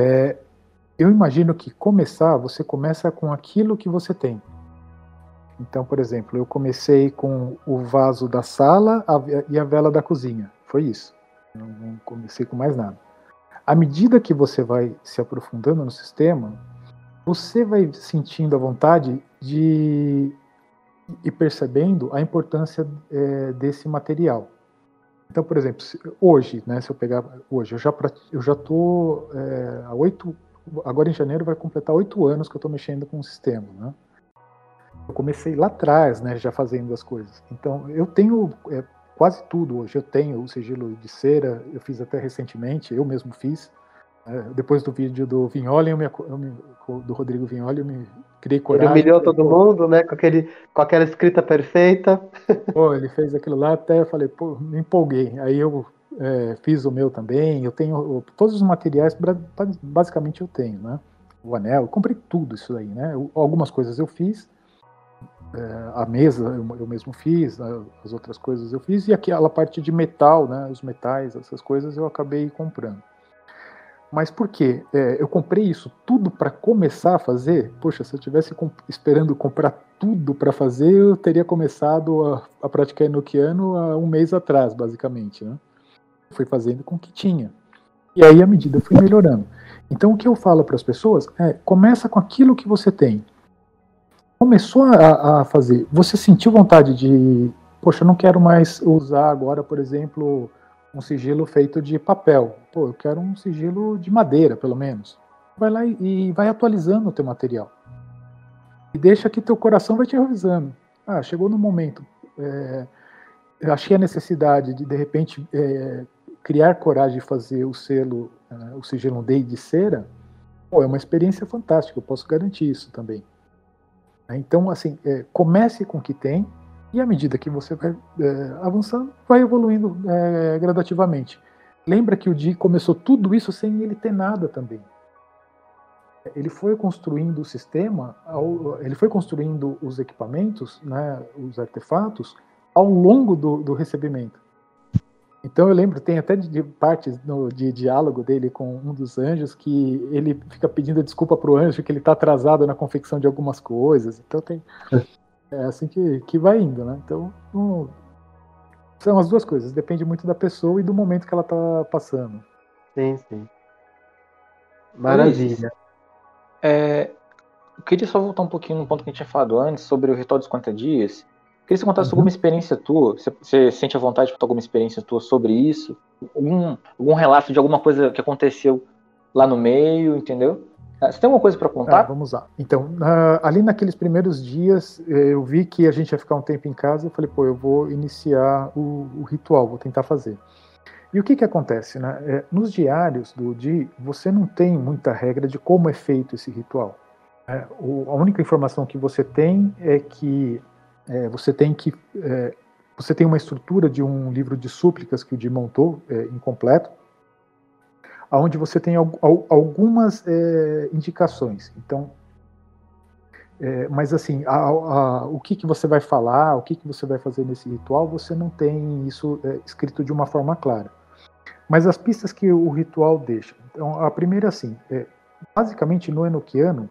Eu imagino que você começa com aquilo que você tem. Então, por exemplo, eu comecei com o vaso da sala e a vela da cozinha. Foi isso. Eu não comecei com mais nada. À medida que você vai se aprofundando no sistema, você vai sentindo a vontade de ir percebendo a importância desse material. Então, por exemplo, hoje, né, se eu pegar hoje, eu já estou há 8, agora em janeiro vai completar 8 anos que eu estou mexendo com o sistema, né? Eu comecei lá atrás, né, já fazendo as coisas. Então, eu tenho quase tudo hoje. Eu tenho o sigilo de cera, eu fiz até recentemente, eu mesmo fiz. Depois do vídeo do Vignoli, do Rodrigo Vignoli, eu me criei coragem. Ele humilhou todo mundo, né, com aquela escrita perfeita. Pô, ele fez aquilo lá, até eu falei, pô, me empolguei. Aí eu fiz o meu também. Eu tenho todos os materiais, basicamente eu tenho, né? O anel, eu comprei tudo isso aí, né? Algumas coisas eu fiz, a mesa eu mesmo fiz, as outras coisas eu fiz, e aquela parte de metal, né? Os metais, essas coisas eu acabei comprando. Mas por quê? Eu comprei isso tudo para começar a fazer? Poxa, se eu tivesse esperando comprar tudo para fazer, eu teria começado a praticar enoquiano há um mês atrás, basicamente, né? Fui fazendo com o que tinha. E aí, à medida, eu fui melhorando. Então, o que eu falo para as pessoas começa com aquilo que você tem. Começou a fazer, você sentiu vontade de, poxa, eu não quero mais usar agora, por exemplo, um sigilo feito de papel. Pô, eu quero um sigilo de madeira, pelo menos. Vai lá e vai atualizando o teu material. E deixa que teu coração vai te avisando. Chegou no momento. Eu achei a necessidade de repente, criar coragem de fazer o sigilo de cera. Pô, é uma experiência fantástica, eu posso garantir isso também. Então, assim, comece com o que tem, e à medida que você vai avançando, vai evoluindo gradativamente. Lembra que o Di começou tudo isso sem ele ter nada também. Ele foi construindo o sistema, ele foi construindo os equipamentos, né, os artefatos, ao longo do recebimento. Então eu lembro, tem até de partes de diálogo dele com um dos anjos, que ele fica pedindo desculpa pro anjo, que ele está atrasado na confecção de algumas coisas. Então é assim que vai indo, né? Então são as duas coisas, depende muito da pessoa e do momento que ela está passando. Sim, sim. Maravilha. Eu queria só voltar um pouquinho no ponto que a gente tinha falado antes, sobre o ritual dos 50 dias. Queria que você contasse alguma experiência tua. Você sente a vontade de contar alguma experiência tua sobre isso? Algum relato de alguma coisa que aconteceu lá no meio, entendeu? Você tem alguma coisa para contar? Vamos lá. Então, ali naqueles primeiros dias, eu vi que a gente ia ficar um tempo em casa. Eu falei, pô, eu vou iniciar o ritual, vou tentar fazer. E o que acontece, né? Nos diários do Di, você não tem muita regra de como é feito esse ritual. A única informação que você tem é que você tem uma estrutura de um livro de súplicas que o Di montou, incompleto, onde você tem algumas indicações. Então, mas assim, o que você vai falar, o que você vai fazer nesse ritual, você não tem isso escrito de uma forma clara. Mas as pistas que o ritual deixa. Então, a primeira, assim, basicamente no enoquiano,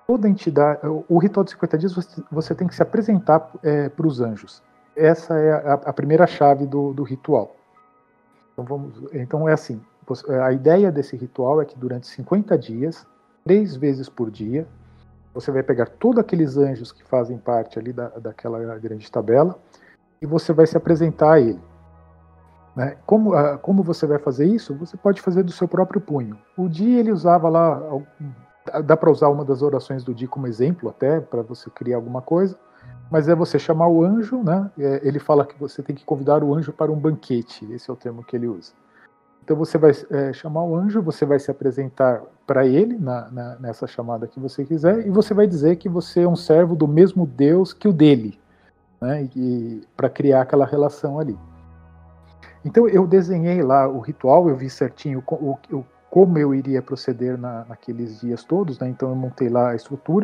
toda entidade, o ritual de 50 dias, você tem que se apresentar para os anjos. Essa é a primeira chave do ritual. Então é assim, a ideia desse ritual é que durante 50 dias, 3 vezes por dia, você vai pegar todos aqueles anjos que fazem parte ali daquela grande tabela e você vai se apresentar a ele. Né? Como você vai fazer isso? Você pode fazer do seu próprio punho. O Di, ele usava lá, dá para usar uma das orações do Di como exemplo até, para você criar alguma coisa, mas é você chamar o anjo, né? Ele fala que você tem que convidar o anjo para um banquete, esse é o termo que ele usa. Então você vai chamar o anjo, você vai se apresentar para ele nessa chamada que você quiser, e você vai dizer que você é um servo do mesmo Deus que o dele, né? Para criar aquela relação ali. Então eu desenhei lá o ritual, eu vi certinho como eu iria proceder naqueles dias todos, né? Então eu montei lá a estrutura.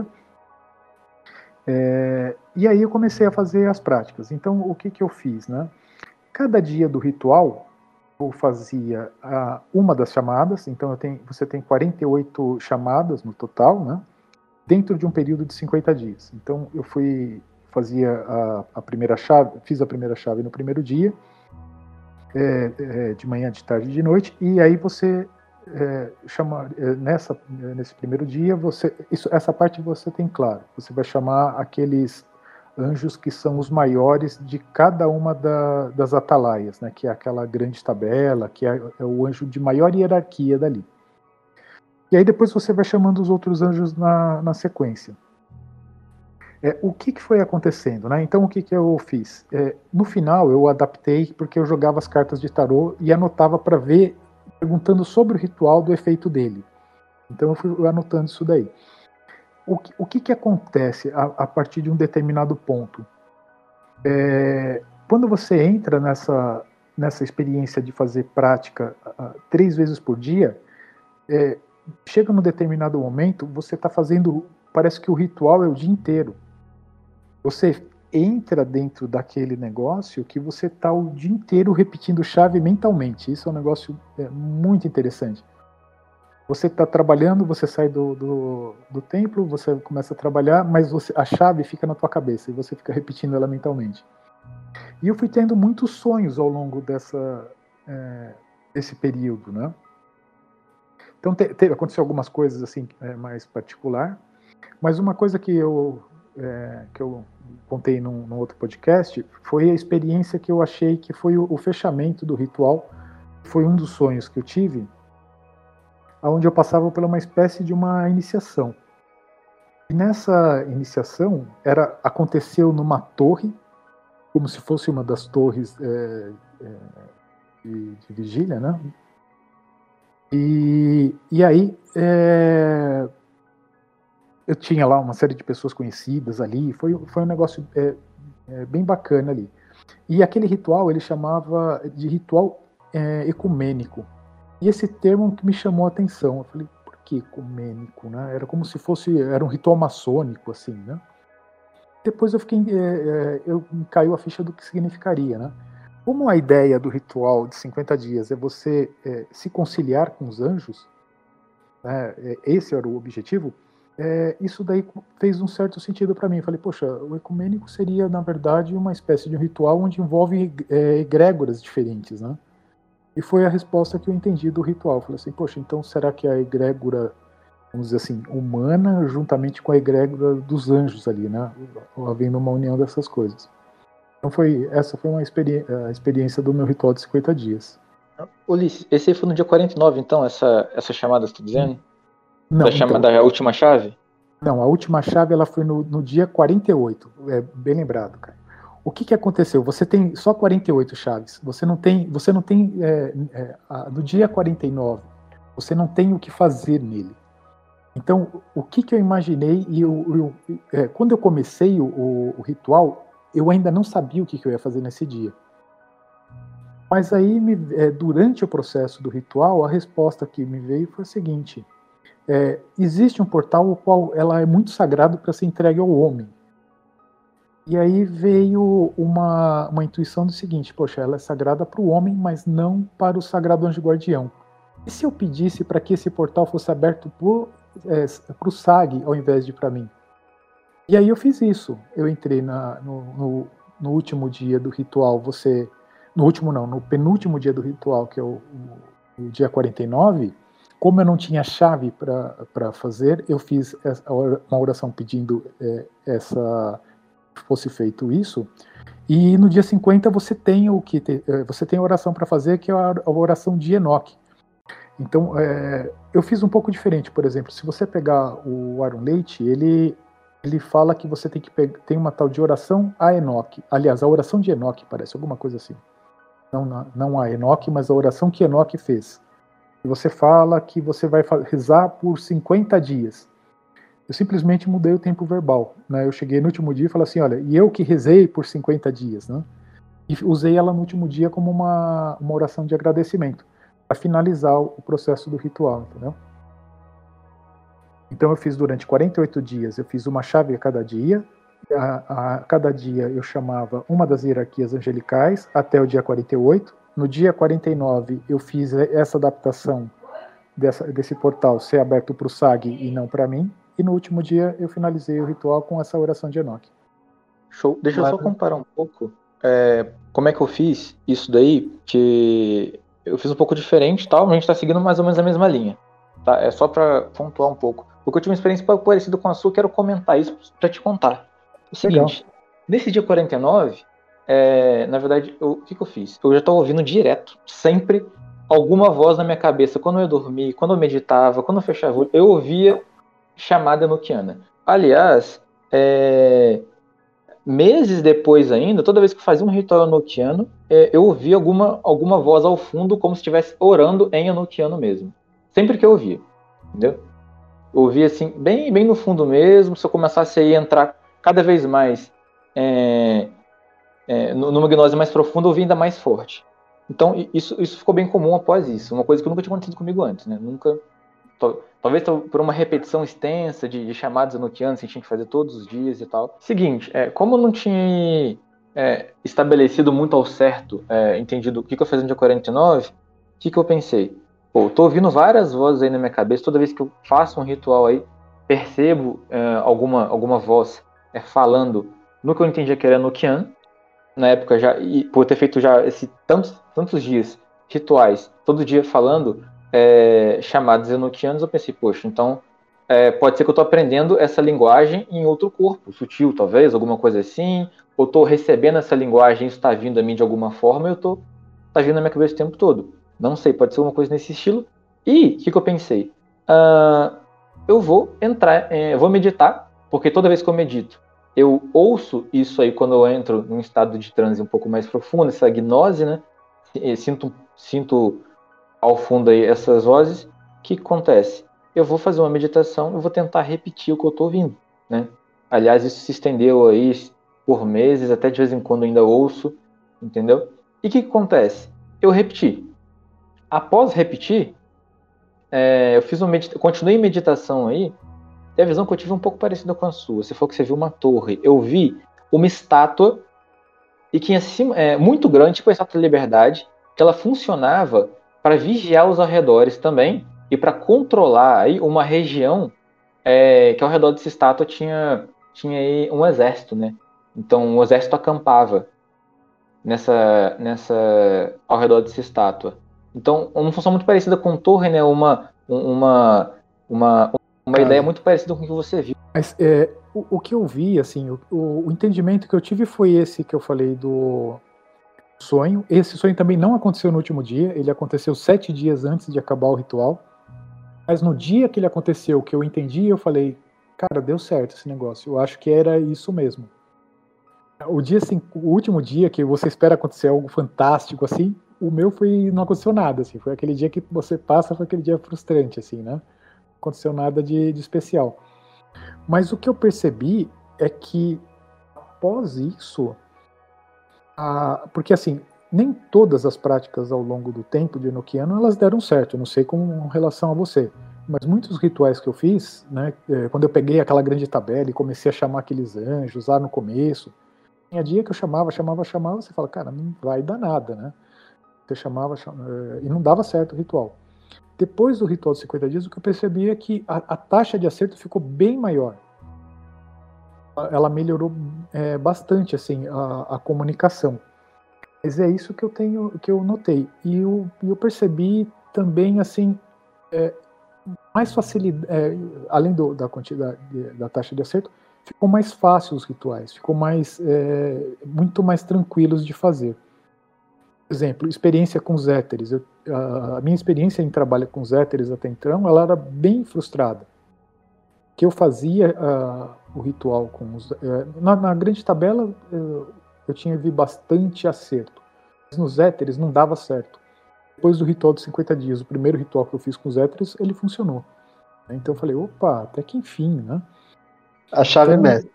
E aí eu comecei a fazer as práticas. Então o que eu fiz, né? Cada dia do ritual eu fazia uma das chamadas, então você tem 48 chamadas no total, né? Dentro de um período de 50 dias. Então eu fazia a primeira chave, fiz a primeira chave no primeiro dia, de manhã, de tarde e de noite, e aí você chama nesse primeiro dia, essa parte você tem claro, você vai chamar aqueles anjos que são os maiores de cada uma das atalaias, né, que é aquela grande tabela, que é o anjo de maior hierarquia dali. E aí depois você vai chamando os outros anjos na sequência. O que foi acontecendo, né? Então o que eu fiz? No final eu adaptei, porque eu jogava as cartas de tarô e anotava para ver, perguntando sobre o ritual, do efeito dele. Então eu fui anotando isso daí. O que acontece a partir de um determinado ponto? Quando você entra nessa experiência de fazer prática 3 vezes por dia, chega num determinado momento, você está fazendo, parece que o ritual é o dia inteiro. Você entra dentro daquele negócio que você está o dia inteiro repetindo chave mentalmente. Isso é um negócio muito interessante. Você está trabalhando, você sai do templo, você começa a trabalhar, mas a chave fica na tua cabeça e você fica repetindo ela mentalmente. E eu fui tendo muitos sonhos ao longo desse período, né? Então aconteceu algumas coisas assim mais particular, mas uma coisa que eu contei num outro podcast foi a experiência que eu achei que foi o fechamento do ritual. Foi um dos sonhos que eu tive, onde eu passava por uma espécie de uma iniciação. E nessa iniciação aconteceu numa torre, como se fosse uma das torres de vigília, né? E aí eu tinha lá uma série de pessoas conhecidas ali, foi um negócio bem bacana ali. E aquele ritual ele chamava de ritual ecumênico. E esse termo que me chamou a atenção, eu falei, por que ecumênico, né? Era como se era um ritual maçônico, assim, né? Depois me caiu a ficha do que significaria, né? Como a ideia do ritual de 50 dias é você se conciliar com os anjos, né? Esse era o objetivo, isso daí fez um certo sentido para mim. Eu falei, poxa, o ecumênico seria, na verdade, uma espécie de um ritual onde envolve egrégoras diferentes, né? E foi a resposta que eu entendi do ritual. Eu falei assim, poxa, então será que a egrégora, vamos dizer assim, humana, juntamente com a egrégora dos anjos ali, né? Havendo uma união dessas coisas. Então essa foi a experiência do meu ritual de 50 dias. Ulisses, esse aí foi no dia 49, então, essa chamada que você está dizendo? Não, da última chave? Não, a última chave ela foi no dia 48. Bem lembrado, cara. O que aconteceu? Você tem só 48 chaves. Você não tem no dia 49, você não tem o que fazer nele. Então, o que eu imaginei, quando eu comecei o ritual, eu ainda não sabia o que eu ia fazer nesse dia. Mas aí, durante o processo do ritual, a resposta que me veio foi a seguinte: existe um portal o qual ela é muito sagrado para ser entregue ao homem. E aí veio uma intuição do seguinte: poxa, ela é sagrada para o homem, mas não para o sagrado anjo guardião. E se eu pedisse para que esse portal fosse aberto pro SAG ao invés de para mim. E aí eu fiz isso. Eu entrei no último dia do ritual, no penúltimo dia do ritual, que é o dia 49, como eu não tinha chave para fazer, eu fiz uma oração pedindo que fosse feito isso. E no dia 50 você tem a oração para fazer, que é a oração de Enoque. Então, eu fiz um pouco diferente. Por exemplo, se você pegar o Aaron Leite, ele fala que você tem uma tal de oração a Enoque. Aliás, a oração de Enoque, parece alguma coisa assim. Não a Enoque, mas a oração que Enoque fez. E você fala que você vai rezar por 50 dias. Eu simplesmente mudei o tempo verbal, né? Eu cheguei no último dia e falei assim, olha, e eu que rezei por 50 dias, né? E usei ela no último dia como uma oração de agradecimento, para finalizar o processo do ritual, entendeu? Então eu fiz durante 48 dias, eu fiz uma chave a cada dia, a cada dia eu chamava uma das hierarquias angelicais até o dia 48. No dia 49 eu fiz essa adaptação desse portal ser aberto para o SAG e não para mim. E no último dia eu finalizei o ritual com essa oração de Enoque. Show. Deixa eu só comparar um pouco como é que eu fiz isso daí, que eu fiz um pouco diferente, tal, mas a gente está seguindo mais ou menos a mesma linha. Tá? É só para pontuar um pouco. Porque eu tive uma experiência um pouco parecida com a sua, quero comentar isso para te contar. O seguinte, nesse dia 49, na verdade, o que eu fiz? Eu já estava ouvindo direto, sempre, alguma voz na minha cabeça, quando eu ia dormir, quando eu meditava, quando eu fechava o olho, eu ouvia chamada enoquiana. Aliás, meses depois ainda, toda vez que eu fazia um ritual enoquiano, eu ouvia alguma voz ao fundo, como se estivesse orando em enoquiano mesmo. Sempre que eu ouvia, entendeu? Eu ouvia assim, bem no fundo mesmo. Se eu começasse a entrar cada vez mais numa gnose mais profunda, eu ouvia ainda mais forte. Então, isso ficou bem comum após isso. Uma coisa que nunca tinha acontecido comigo antes, né? Nunca... Talvez por uma repetição extensa de chamadas enoquianas que a gente tinha que fazer todos os dias e tal. Seguinte, como eu não tinha estabelecido muito ao certo, entendido o que eu fazia no dia 49, o que eu pensei? Pô, tô ouvindo várias vozes aí na minha cabeça, toda vez que eu faço um ritual aí, percebo alguma voz falando no que eu entendia que era enoquiano, na época já, e por ter feito já tantos dias rituais, todo dia falando chamados enoquianos, eu pensei, poxa, então pode ser que eu estou aprendendo essa linguagem em outro corpo, sutil talvez, alguma coisa assim, ou estou recebendo essa linguagem, isso está vindo a mim de alguma forma, está vindo na minha cabeça o tempo todo. Não sei, pode ser alguma coisa nesse estilo. E o que eu pensei? Eu vou vou meditar, porque toda vez que eu medito, eu ouço isso aí quando eu entro num estado de transe um pouco mais profundo, essa gnose, né? Sinto ao fundo aí essas vozes. O que acontece? Eu vou fazer uma meditação, eu vou tentar repetir o que eu estou ouvindo, né? Aliás, isso se estendeu aí por meses, até de vez em quando ainda ouço, entendeu? E o que acontece? Eu repeti. Após repetir, eu continuei meditação aí, e a visão que eu tive é um pouco parecida com a sua. Se for que você viu uma torre, eu vi uma estátua e que muito grande, tipo a Estátua da Liberdade, que ela funcionava para vigiar os arredores também e para controlar aí uma região que ao redor dessa estátua tinha aí um exército, né? Então o exército acampava ao redor dessa estátua. Então uma função muito parecida com torre, né? Uma ideia muito parecida com o que você viu. Mas o que eu vi, assim, o entendimento que eu tive foi esse que eu falei do sonho. Esse sonho também não aconteceu no último dia, ele aconteceu 7 dias antes de acabar o ritual. Mas no dia que ele aconteceu, que eu entendi, eu falei, cara, deu certo esse negócio. Eu acho que era isso mesmo. O último dia que você espera acontecer algo fantástico, assim, o meu não aconteceu nada, assim. Foi aquele dia que você passa, foi aquele dia frustrante, assim, né? Não aconteceu nada de especial. Mas o que eu percebi é que após isso, porque assim, nem todas as práticas ao longo do tempo de enoquiano elas deram certo, eu não sei com relação a você, mas muitos rituais que eu fiz, né, quando eu peguei aquela grande tabela e comecei a chamar aqueles anjos lá no começo, tinha dia que eu chamava, você fala, cara, não vai dar nada, né? Você chamava e não dava certo o ritual. Depois do ritual de 50 dias, o que eu percebi é que a taxa de acerto ficou bem maior. Ela melhorou bastante assim, a comunicação. Mas é isso que eu notei. E eu percebi também assim, mais facilidade, além da quantidade da taxa de acerto, ficou mais fácil os rituais, ficou muito mais tranquilos de fazer. Por exemplo, experiência com os éteres. A minha experiência em trabalho com os éteres até então, ela era bem frustrada. Que eu fazia o ritual com os... na grande tabela, eu tinha vi bastante acerto. Mas nos éteres não dava certo. Depois do ritual de 50 dias, o primeiro ritual que eu fiz com os éteres, ele funcionou. Então eu falei, opa, até que enfim, né? A chave mestre.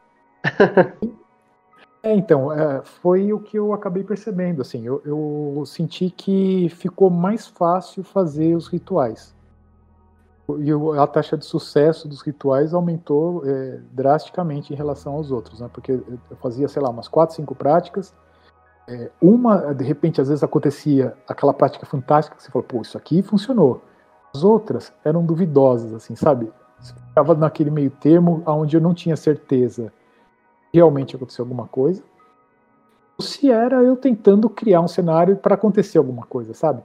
Então, foi o que eu acabei percebendo, assim, eu senti que ficou mais fácil fazer os rituais. E a taxa de sucesso dos rituais aumentou drasticamente em relação aos outros, né? Porque eu fazia, sei lá, umas 4, 5 práticas, uma, de repente, às vezes acontecia aquela prática fantástica que você falou, pô, isso aqui funcionou. As outras eram duvidosas, assim, sabe? Você ficava naquele meio termo onde eu não tinha certeza realmente aconteceu alguma coisa, ou se era eu tentando criar um cenário para acontecer alguma coisa, sabe?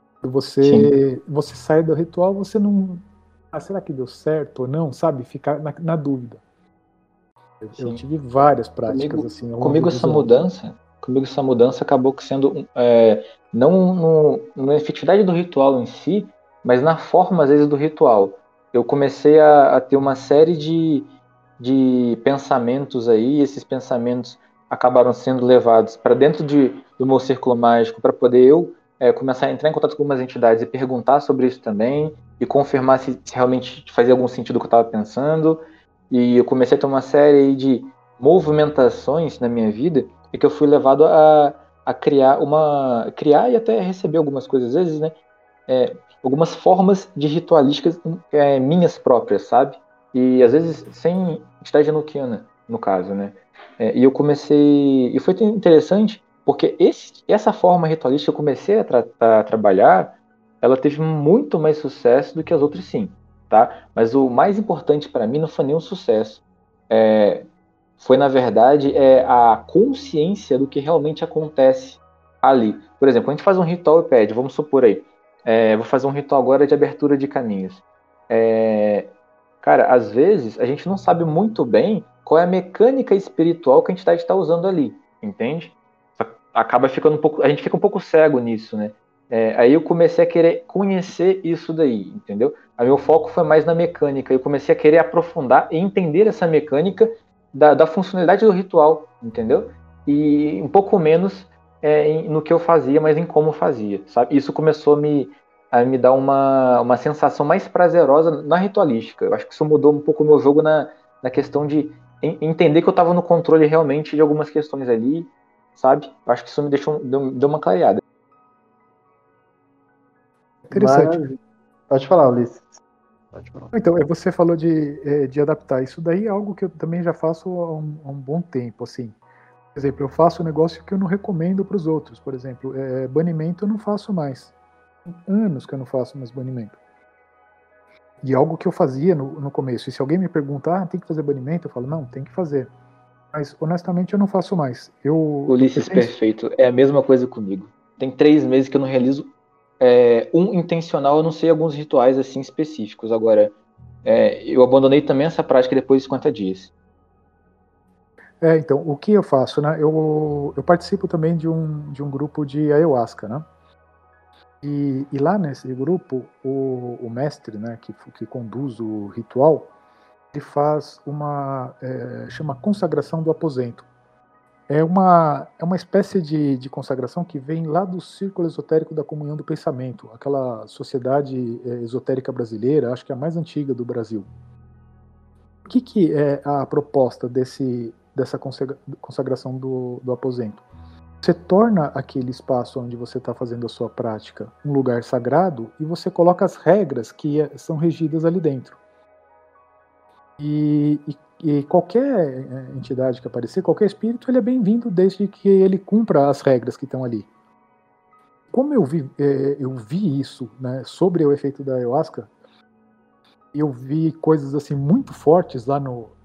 Você sai do ritual, você não... será que deu certo ou não, sabe? Ficar na dúvida. Eu tive várias práticas assim. Comigo essa mudança acabou sendo não na efetividade do ritual em si, mas na forma às vezes do ritual. Eu comecei a ter uma série de pensamentos aí, esses pensamentos acabaram sendo levados para dentro do meu círculo mágico para poder eu começar a entrar em contato com algumas entidades e perguntar sobre isso também e confirmar se realmente fazia algum sentido o que eu estava pensando. E eu comecei a ter uma série de movimentações na minha vida e que eu fui levado a criar e até receber algumas coisas às vezes, né? Algumas formas de ritualísticas minhas próprias, sabe? E às vezes sem entidade enoquiana, no caso, né? E eu comecei... E foi interessante porque essa forma ritualística que eu comecei a trabalhar, ela teve muito mais sucesso do que as outras, sim, tá? Mas o mais importante para mim não foi nem o sucesso. Foi, na verdade, a consciência do que realmente acontece ali. Por exemplo, a gente faz um ritual e pede, vamos supor aí, vou fazer um ritual agora de abertura de caminhos. Cara, às vezes a gente não sabe muito bem qual é a mecânica espiritual que a entidade está usando ali, entende? Acaba ficando um pouco, a gente fica um pouco cego nisso, né? Aí eu comecei a querer conhecer isso daí, entendeu? Aí meu foco foi mais na mecânica, eu comecei a querer aprofundar e entender essa mecânica da funcionalidade do ritual, entendeu? E um pouco menos no que eu fazia, mas em como fazia, sabe? Isso começou a me dar uma sensação mais prazerosa na ritualística. Eu acho que isso mudou um pouco o meu jogo na questão de entender que eu estava no controle realmente de algumas questões ali, sabe? Eu acho que isso me deu uma clareada. Interessante. Maravilha. Pode falar, Ulisses. Pode falar. Então, você falou de adaptar. Isso daí é algo que eu também já faço há um bom tempo, assim. Por exemplo, eu faço um negócio que eu não recomendo para os outros. Por exemplo, banimento eu não faço mais. Anos que eu não faço mais banimento. E algo que eu fazia no começo. E se alguém me perguntar, tem que fazer banimento? Eu falo, não, tem que fazer. Mas, honestamente, eu não faço mais. Ulisses, perfeito. É a mesma coisa comigo. Tem 3 meses que eu não realizo um intencional, eu não sei alguns rituais assim específicos. Agora, eu abandonei também essa prática depois de 50 dias. Então, o que eu faço, né? Eu participo também de um grupo de ayahuasca, né? E lá nesse grupo, o mestre, né, que conduz o ritual, ele faz chama consagração do aposento. É uma espécie de consagração que vem lá do Círculo Esotérico da Comunhão do Pensamento, aquela sociedade esotérica brasileira, acho que é a mais antiga do Brasil. O que é a proposta dessa consagração do aposento? Você torna aquele espaço onde você está fazendo a sua prática um lugar sagrado e você coloca as regras que são regidas ali dentro. E qualquer entidade que aparecer, qualquer espírito, ele é bem-vindo desde que ele cumpra as regras que estão ali. como eu vi isso, né, sobre o efeito da ayahuasca, eu vi coisas assim muito fortes lá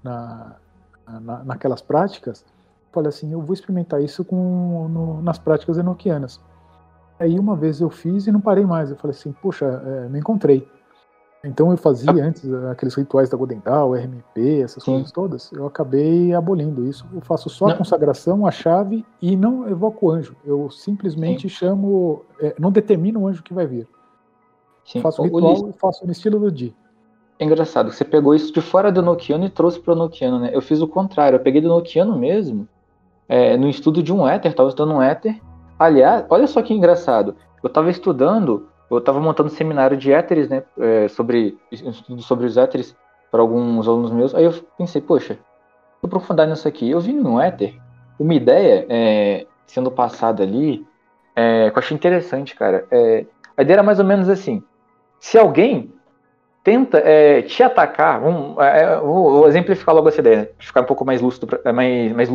naquelas práticas. Falei assim, eu vou experimentar isso nas práticas enoquianas. Aí uma vez eu fiz e não parei mais. Eu falei assim, poxa, me encontrei. Então eu fazia antes aqueles rituais da Golden Dawn, RMP, essas Sim. coisas todas. Eu acabei abolindo isso. Eu faço só a Não. consagração, a chave e não evoco o anjo. Eu simplesmente chamo, não determino o anjo que vai vir. Sim. Faço o ritual e faço no estilo do Di. É engraçado, você pegou isso de fora do enoquiano e trouxe para o enoquiano, né? Eu fiz o contrário, eu peguei do enoquiano mesmo, no estudo de um éter, estava estudando um éter. Aliás, olha só que engraçado, eu estava montando um seminário de éteres, né? Estudo sobre os éteres para alguns alunos meus. Aí eu pensei, poxa, vou aprofundar nisso aqui. Eu vi num éter uma ideia sendo passada ali, que eu achei interessante, cara. A ideia era mais ou menos assim: se alguém tenta te atacar, vou exemplificar logo essa ideia, né? Para ficar um pouco mais lúcido, mais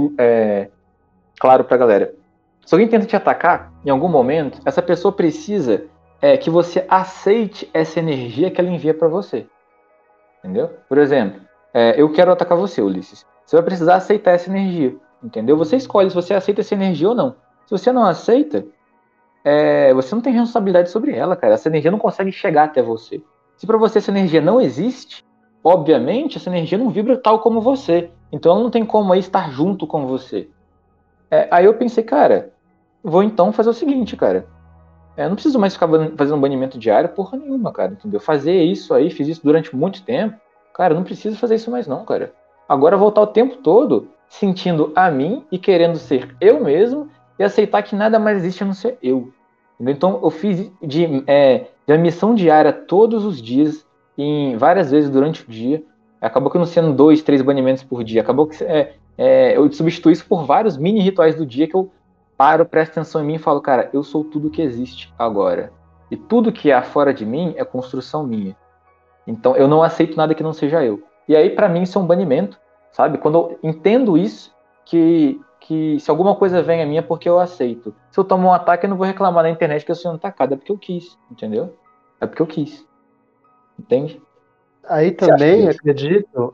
claro para a galera. Se alguém tenta te atacar em algum momento, essa pessoa precisa que você aceite essa energia que ela envia para você. Entendeu? Por exemplo, eu quero atacar você, Ulisses. Você vai precisar aceitar essa energia. Entendeu? Você escolhe se você aceita essa energia ou não. Se você não aceita, você não tem responsabilidade sobre ela, cara. Essa energia não consegue chegar até você. Se para você essa energia não existe, obviamente essa energia não vibra tal como você. Então ela não tem como aí estar junto com você. Aí eu pensei, cara, vou então fazer o seguinte, cara. Eu não preciso mais ficar fazendo banimento diário porra nenhuma, cara, entendeu? Fazer isso aí, fiz isso durante muito tempo. Cara, eu não preciso fazer isso mais não, cara. Agora voltar o tempo todo sentindo a mim e querendo ser eu mesmo e aceitar que nada mais existe a não ser eu. Entendeu? Então eu fiz de missão diária todos os dias, várias vezes durante o dia. Acabou que não sendo 2, 3 banimentos por dia. Acabou que eu substituí isso por vários mini rituais do dia que eu paro, presto atenção em mim e falo, cara, eu sou tudo que existe agora. E tudo que há fora de mim é construção minha. Então eu não aceito nada que não seja eu. E aí para mim isso é um banimento, sabe? Quando eu entendo isso, que se alguma coisa vem a mim é porque eu aceito. Se eu tomo um ataque, eu não vou reclamar na internet que eu sou atacado, é porque eu quis, entendeu? É porque eu quis. Entende? Aí Você acha também disso? acredito,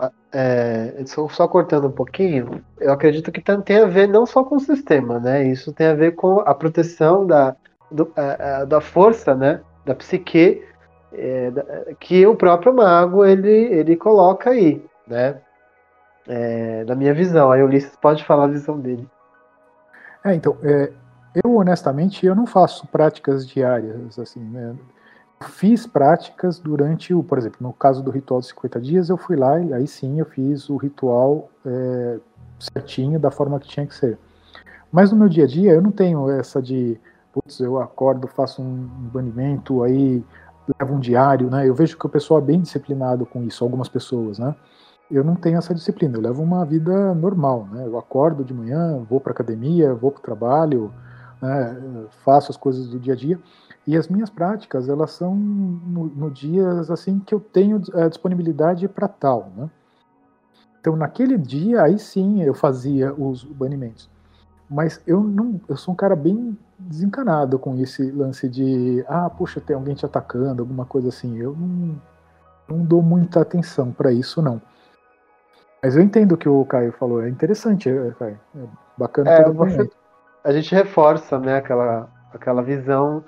só cortando um pouquinho, eu acredito que tem a ver não só com o sistema, né? Isso tem a ver com a proteção da força, né? Da psique, que o próprio mago ele coloca aí, né? Na minha visão. Aí o Ulisses pode falar a visão dele. Então, eu honestamente eu não faço práticas diárias, assim, né? Fiz práticas durante por exemplo, no caso do ritual dos 50 dias, eu fui lá e aí sim eu fiz o ritual certinho, da forma que tinha que ser. Mas no meu dia a dia eu não tenho essa de, putz, eu acordo, faço um banimento, aí levo um diário, né? Eu vejo que o pessoal é bem disciplinado com isso, algumas pessoas, né? Eu não tenho essa disciplina, eu levo uma vida normal, né? Eu acordo de manhã, vou para academia, vou para o trabalho, né? Faço as coisas do dia a dia. E as minhas práticas, elas são no dias assim que eu tenho disponibilidade para tal, né? Então, naquele dia, aí sim, eu fazia os banimentos. Mas eu sou um cara bem desencanado com esse lance de, puxa, tem alguém te atacando, alguma coisa assim. Eu não dou muita atenção para isso, não. Mas eu entendo o que o Caio falou, é interessante, Caio. É bacana o teu depoimento. A gente reforça, né, aquela visão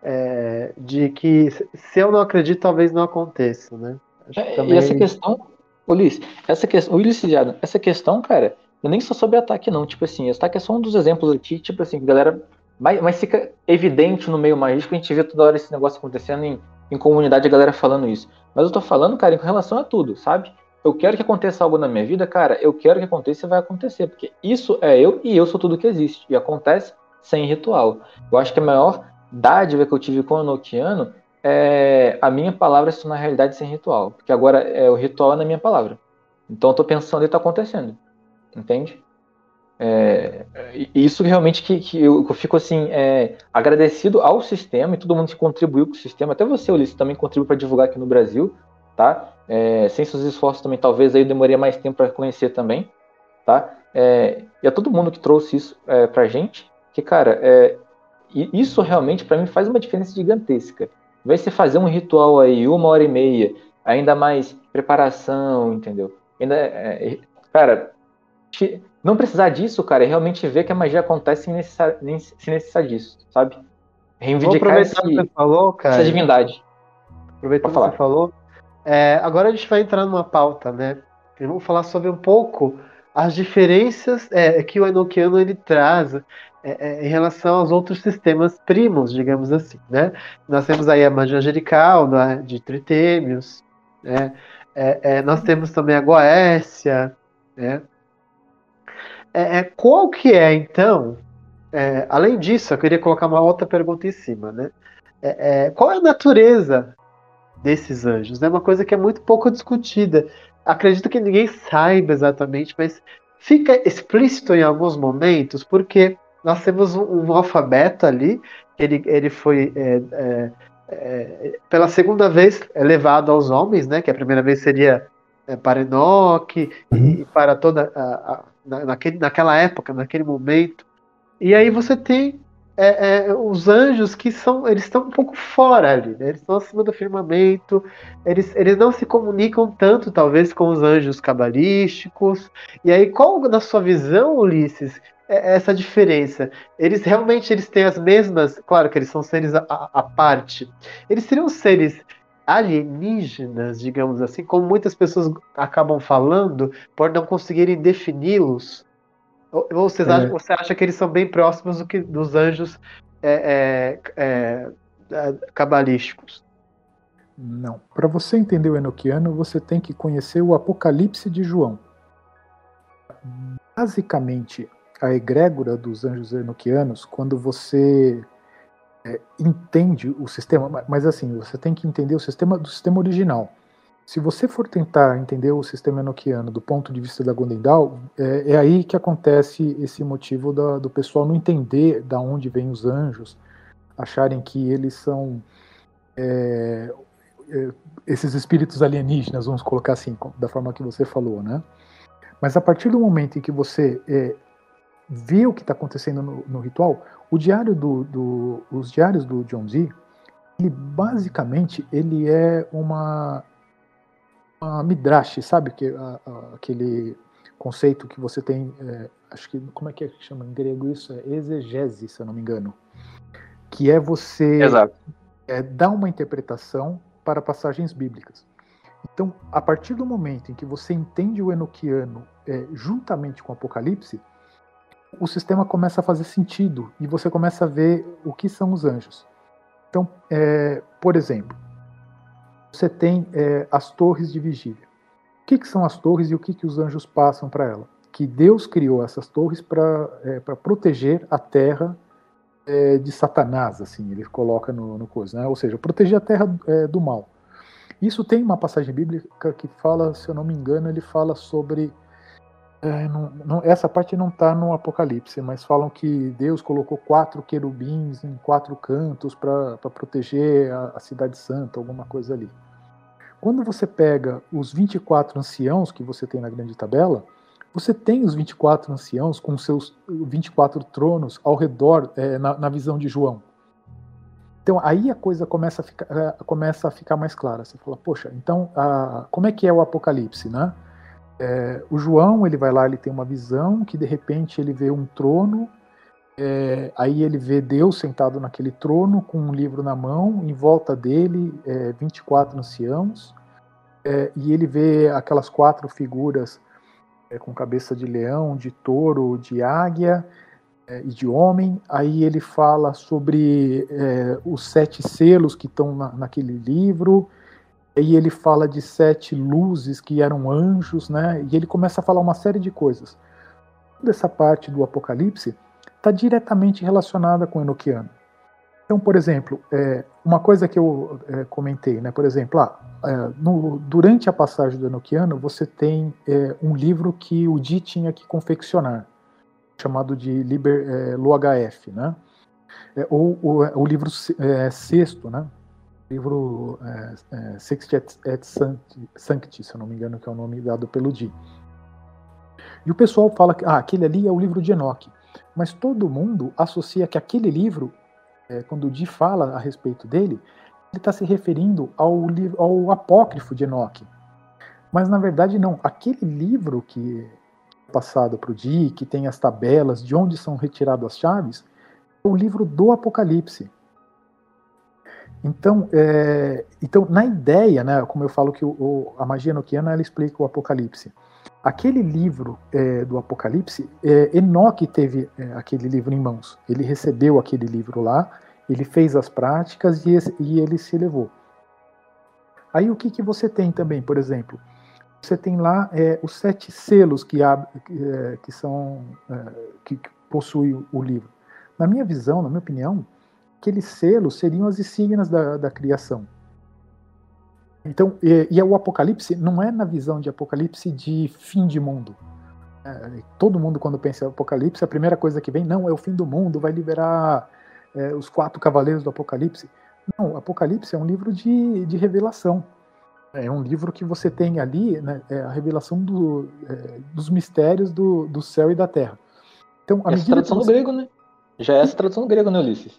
de que se eu não acredito, talvez não aconteça, né? Acho que também... E essa questão, Ulisses, essa questão, cara, eu nem só sobre ataque, não. Tipo assim, esse ataque é só um dos exemplos aqui, tipo assim, galera. Mas fica evidente no meio mágico, a gente vê toda hora esse negócio acontecendo em comunidade, a galera falando isso. Mas eu tô falando, cara, em relação a tudo, sabe? Eu quero que aconteça algo na minha vida, cara, eu quero que aconteça e vai acontecer, porque isso é eu e eu sou tudo que existe. E acontece sem ritual. Eu acho que a maior dádiva que eu tive com o Enochiano a minha palavra se torna realidade sem ritual. Porque agora o ritual é na minha palavra. Então eu tô pensando e tá acontecendo. Entende? Isso realmente que eu fico assim, agradecido ao sistema e todo mundo que contribuiu com o sistema. Até você, Ulisses, também contribuiu para divulgar aqui no Brasil. Tá? Sem seus esforços também, talvez aí eu demoraria mais tempo para conhecer também. Tá? E a todo mundo que trouxe isso pra gente. Que, cara, E isso realmente, para mim, faz uma diferença gigantesca. Vai você fazer um ritual aí, 1h30, ainda mais preparação, entendeu? Cara, não precisar disso, cara, é realmente ver que a magia acontece sem necessitar disso, sabe? Vou Reivindicar aproveitar que você falou, essa Caio. divindade. Aproveitando Pode que você falar. falou, agora a gente vai entrar numa pauta, né? E vamos falar sobre um pouco as diferenças que o Enochiano ele traz em relação aos outros sistemas primos, digamos assim, né? Nós temos aí a magia angelical, né, de Tritêmios, né? Nós temos também a Goécia, né? Qual que é, então, além disso, eu queria colocar uma outra pergunta em cima, né? Qual é a natureza desses anjos? É uma coisa que é muito pouco discutida. Acredito que ninguém saiba exatamente, mas fica explícito em alguns momentos, porque nós temos um alfabeto ali, ele foi pela segunda vez levado aos homens, né? Que a primeira vez seria para Enoque e para toda naquela época, naquele momento. E aí você tem os anjos que eles estão um pouco fora ali, né? Eles estão acima do firmamento, eles não se comunicam tanto, talvez, com os anjos cabalísticos. E aí, qual, na sua visão, Ulisses, é essa diferença? Eles têm as mesmas, claro que eles são seres à parte, eles seriam seres alienígenas, digamos assim, como muitas pessoas acabam falando, por não conseguirem defini-los. Ou você acha que eles são bem próximos dos anjos cabalísticos? Não. Para você entender o Enoquiano, você tem que conhecer o Apocalipse de João. Basicamente, a egrégora dos anjos enoquianos, quando você entende o sistema, mas assim, você tem que entender o sistema do sistema original. Se você for tentar entender o sistema enoquiano do ponto de vista da Gondendal, é aí que acontece esse motivo do pessoal não entender da onde vêm os anjos, acharem que eles são esses espíritos alienígenas, vamos colocar assim, da forma que você falou, né? Mas a partir do momento em que você vê o que está acontecendo no ritual, os diários do John Dee, ele basicamente ele é uma midrash, sabe? Aquele conceito que você tem, acho que, como é que chama em grego isso? É exegese, se eu não me engano. Que é você dar uma interpretação para passagens bíblicas. Então, a partir do momento em que você entende o enoquiano juntamente com o Apocalipse, o sistema começa a fazer sentido e você começa a ver o que são os anjos. Então, por exemplo, você tem as torres de vigília. O que são as torres e o que os anjos passam para ela? Que Deus criou essas torres para proteger a terra de Satanás, assim, ele coloca no coisa, né? Ou seja, proteger a terra do mal. Isso tem uma passagem bíblica que fala, se eu não me engano, ele fala sobre... essa parte não está no Apocalipse, mas falam que Deus colocou 4 querubins em 4 cantos para proteger a cidade santa, alguma coisa ali. Quando você pega os 24 anciãos que você tem na grande tabela, você tem os 24 anciãos com seus 24 tronos ao redor na visão de João. Então aí a coisa começa a ficar mais clara. Você fala, poxa, então como é que é o Apocalipse, né? O João, ele vai lá, ele tem uma visão que de repente ele vê um trono, aí ele vê Deus sentado naquele trono com um livro na mão, em volta dele 24 anciãos, e ele vê aquelas 4 figuras com cabeça de leão, de touro, de águia e de homem. Aí ele fala sobre os 7 selos que estão naquele livro, e ele fala de 7 luzes que eram anjos, né? E ele começa a falar uma série de coisas. Toda essa parte do Apocalipse está diretamente relacionada com o enoquiano. Então, por exemplo, uma coisa que eu comentei, né? Por exemplo, durante a passagem do enoquiano, você tem um livro que o Dee tinha que confeccionar, chamado de LUHF, né? Ou o livro sexto, né? Livro Sexti et Sancti, se eu não me engano, que é o nome dado pelo Dee. E o pessoal fala que aquele ali é o livro de Enoque, mas todo mundo associa que aquele livro quando o Di fala a respeito dele, ele está se referindo ao apócrifo de Enoque. Mas, na verdade, não. Aquele livro que é passado para o Di, que tem as tabelas de onde são retiradas as chaves, é o livro do Apocalipse. Então, na ideia, né, como eu falo que a magia enoquiana ela explica o Apocalipse. Aquele livro do Apocalipse, Enoque teve aquele livro em mãos. Ele recebeu aquele livro lá, ele fez as práticas e ele se elevou. Aí o que você tem também, por exemplo? Você tem lá os 7 selos que possuem o livro. Na minha visão, na minha opinião, aqueles selos seriam as insígnias da criação. Então, e o Apocalipse não é na visão de Apocalipse de fim de mundo. Todo mundo, quando pensa em Apocalipse, a primeira coisa que vem, não, é o fim do mundo, vai liberar os 4 cavaleiros do Apocalipse. Não, Apocalipse é um livro de revelação. É um livro que você tem ali, né, a revelação dos mistérios do céu e da terra. Então, essa tradução do grego, né? Já é essa tradução do grego, né, Ulisses?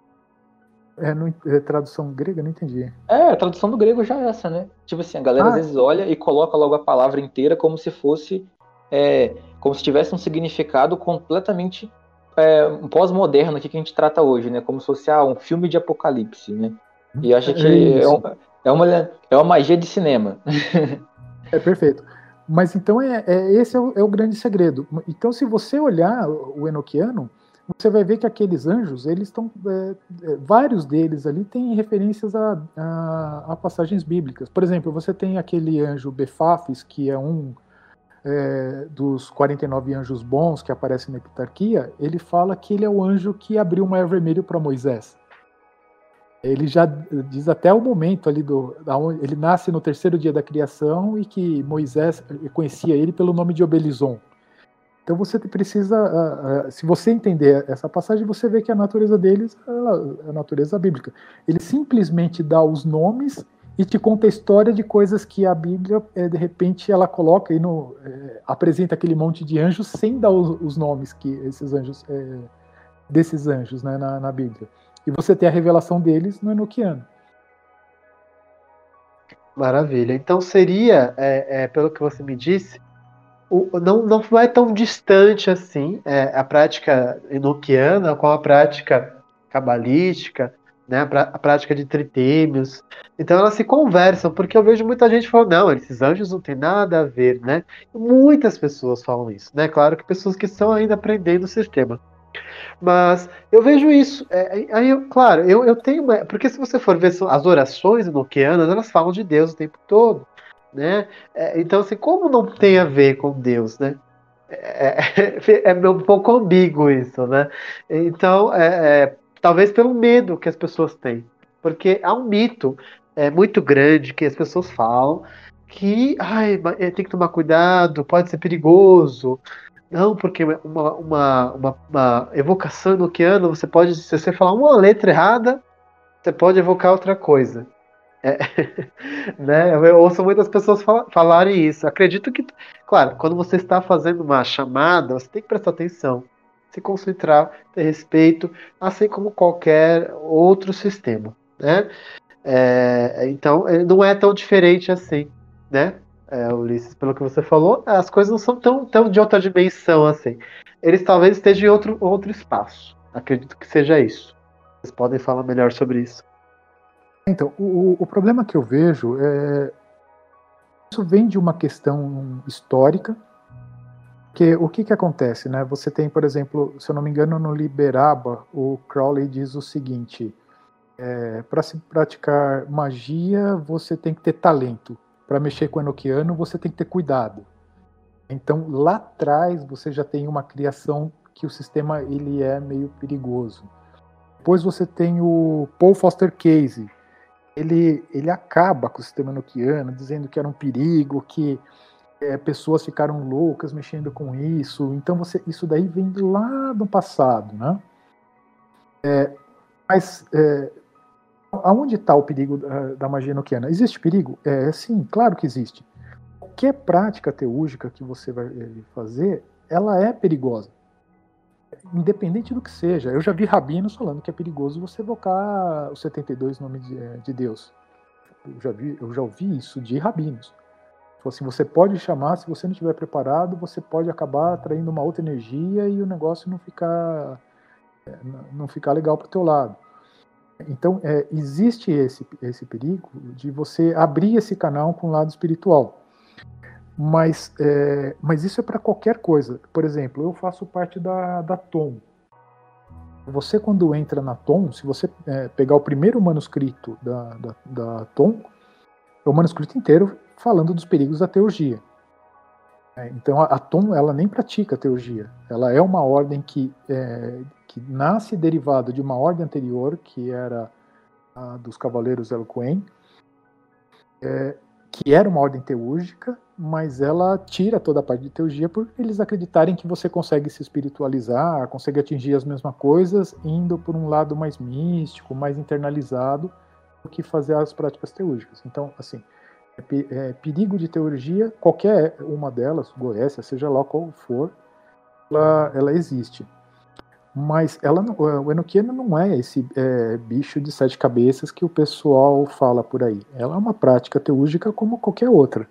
Tradução grega? Não entendi. A tradução do grego já é essa, né? Tipo assim, a galera às vezes olha e coloca logo a palavra inteira como se fosse, como se tivesse um significado completamente pós-moderno que a gente trata hoje, né? Como se fosse um filme de apocalipse, né? E acho que é uma magia de cinema. Perfeito. Mas então esse é o grande segredo. Então, se você olhar o enoquiano, você vai ver que aqueles anjos, eles estão, vários deles ali têm referências a passagens bíblicas. Por exemplo, você tem aquele anjo Befafes, que é um dos 49 anjos bons que aparece na Epitarquia. Ele fala que ele é o anjo que abriu o mar vermelho para Moisés. Ele já diz até o momento ali ele nasce no 3º dia da criação e que Moisés conhecia ele pelo nome de Obelizon. Então você precisa, se você entender essa passagem, você vê que a natureza deles é a natureza bíblica. Ele simplesmente dá os nomes e te conta a história de coisas que a Bíblia, de repente, ela coloca e apresenta aquele monte de anjos sem dar os nomes que esses anjos, desses anjos, né, na Bíblia. E você tem a revelação deles no enoquiano. Maravilha. Então seria, pelo que você me disse, não é tão distante assim a prática enoquiana com a prática cabalística, né, a prática de tritêmios. Então elas se conversam, porque eu vejo muita gente falando, não, esses anjos não têm nada a ver, né? Muitas pessoas falam isso, né? Claro que pessoas que estão ainda aprendendo o sistema. Mas eu vejo isso. Claro, eu tenho uma. Porque se você for ver as orações enoquianas, elas falam de Deus o tempo todo. Né? Então, assim, como não tem a ver com Deus, né? É um pouco ambíguo isso, né? Então, talvez pelo medo que as pessoas têm. Porque há um mito muito grande que as pessoas falam que tem que tomar cuidado, pode ser perigoso. Não, porque uma evocação enoquiana, se você falar uma letra errada, você pode evocar outra coisa. Né? Eu ouço muitas pessoas falarem isso. Acredito que, claro, quando você está fazendo uma chamada, você tem que prestar atenção, se concentrar, ter respeito, assim como qualquer outro sistema. Né? Então, não é tão diferente assim, né? Ulisses, pelo que você falou, as coisas não são tão de outra dimensão assim. Eles talvez estejam em outro espaço. Acredito que seja isso. Vocês podem falar melhor sobre isso. Então, o problema que eu vejo isso vem de uma questão histórica, que o que acontece, né? Você tem, por exemplo, se eu não me engano, no Liberaba, o Crowley diz o seguinte: para se praticar magia, você tem que ter talento. Para mexer com o enoquiano, você tem que ter cuidado. Então, lá atrás, você já tem uma criação que o sistema ele é meio perigoso. Depois você tem o Paul Foster Case. Ele acaba com o sistema enoquiano, dizendo que era um perigo, que pessoas ficaram loucas mexendo com isso. Então, isso daí vem lá do passado, né? Mas aonde está o perigo da magia enoquiana? Existe perigo? Sim, claro que existe. Qualquer prática teúrgica que você vai fazer, ela é perigosa. independente do que seja. Eu já vi rabinos falando que é perigoso você evocar os 72 nomes de Deus. Eu já ouvi isso de rabinos. Assim, você pode chamar, se você não estiver preparado, você pode acabar atraindo uma outra energia e o negócio não ficar legal para o teu lado. Então, existe esse perigo de você abrir esse canal para um lado espiritual. Mas isso é para qualquer coisa. Por exemplo, eu faço parte da Tom. Você, quando entra na Tom, se você pegar o primeiro manuscrito da Tom, é o manuscrito inteiro falando dos perigos da teurgia. Então, a Tom, ela nem pratica a teurgia. Ela é uma ordem que nasce derivada de uma ordem anterior, que era a dos Cavaleiros Eloquen, que era uma ordem teúrgica, mas ela tira toda a parte de teurgia por eles acreditarem que você consegue se espiritualizar, consegue atingir as mesmas coisas, indo por um lado mais místico, mais internalizado, do que fazer as práticas teúrgicas. Então, assim, perigo de teurgia, qualquer uma delas, Goécia, seja lá qual for, ela existe. Mas o Enoquiano não é esse bicho de 7 cabeças que o pessoal fala por aí. Ela é uma prática teúrgica como qualquer outra.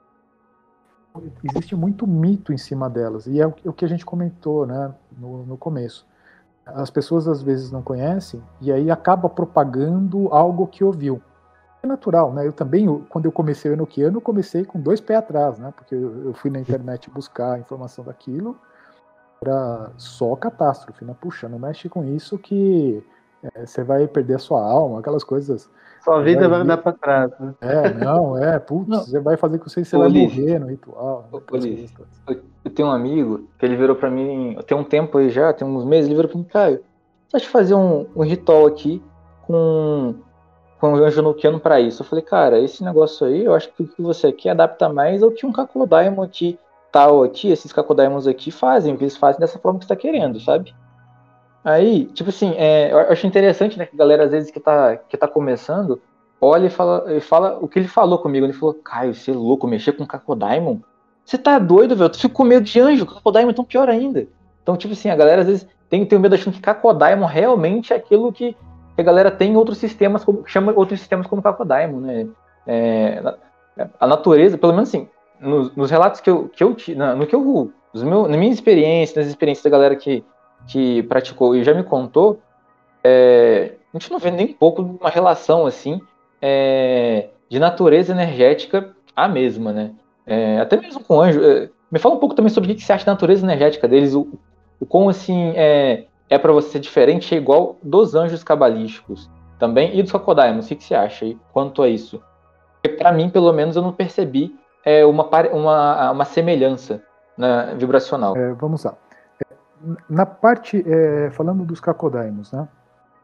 Existe muito mito em cima delas, e é o que a gente comentou, né, no começo. As pessoas às vezes não conhecem, e aí acaba propagando algo que ouviu. É natural, né? Eu também, quando eu comecei o Enoquiano, eu comecei com 2 pés atrás, né? Porque eu fui na internet buscar a informação daquilo, era só catástrofe, né? Puxa, não mexe com isso que você vai perder a sua alma, aquelas coisas. Sua vida vai andar para trás, né? Putz, você vai fazer com você vai Ulisses, morrer no ritual, né? Aquelas coisas Ulisses, todas. eu tenho um amigo que ele virou pra mim, tem um tempo aí já, tem uns meses, ele virou pra mim, Caio, deixa eu fazer um ritual aqui com o anjo Enoquiano pra isso. Eu falei, cara, esse negócio aí, eu acho que o que você quer adapta mais ao que um Kakodaimon aqui, tal aqui, esses Kakodaimons aqui fazem, porque eles fazem dessa forma que você tá querendo, sabe? Aí, tipo assim, eu acho interessante, né, que a galera, às vezes, que tá começando, olha e fala o que ele falou comigo. Ele falou, Caio, você é louco, mexer com Kakodaimon? Você tá doido, velho? Tu fica com medo de anjo, Kakodaimon é tão pior ainda. Então, tipo assim, a galera, às vezes, tem medo achando que Kakodaimon realmente é aquilo que a galera tem em outros sistemas, chama outros sistemas como Kakodaimon, né? A natureza, pelo menos assim, nos relatos que eu no que eu, na minha experiência, nas experiências da galera que praticou e já me contou, a gente não vê nem um pouco uma relação assim de natureza energética a mesma, né? Até mesmo com anjo. Me fala um pouco também sobre o que você acha da natureza energética deles, o quão assim para você ser diferente, é igual dos anjos cabalísticos também e dos Kakodaimons. O que você acha aí quanto a isso? Porque para mim, pelo menos, eu não percebi uma semelhança vibracional. Vamos lá. Na parte, falando dos Kakodaimons, né?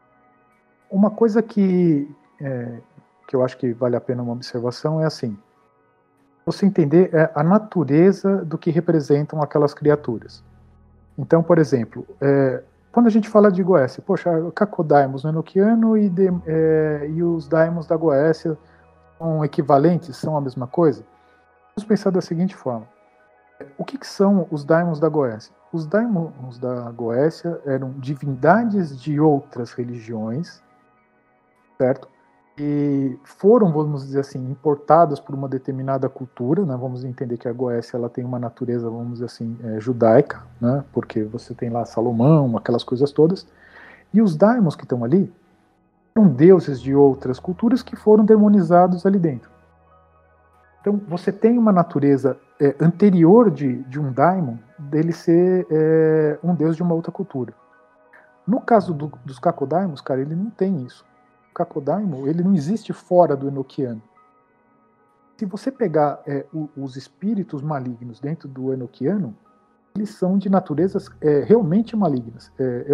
Uma coisa que eu acho que vale a pena uma observação é assim, você entender a natureza do que representam aquelas criaturas. Então, por exemplo, quando a gente fala de Goécia, poxa, Kakodaimons no Enoquiano e os Daimons da Goécia são equivalentes, são a mesma coisa? Vamos pensar da seguinte forma. O que são os Daimons da Goécia? Os Daimons da Goécia eram divindades de outras religiões, certo? E foram, vamos dizer assim, importados por uma determinada cultura, né? Vamos entender que a Goécia ela tem uma natureza, vamos dizer assim, judaica, né? Porque você tem lá Salomão, aquelas coisas todas. E os daimons que estão ali são deuses de outras culturas que foram demonizados ali dentro. Então, você tem uma natureza anterior de um daimon, dele ser um deus de uma outra cultura. No caso dos Kakodaimons, cara, ele não tem isso. O Kakodaimon, ele não existe fora do Enoquiano. Se você pegar os espíritos malignos dentro do Enoquiano, eles são de naturezas realmente malignas.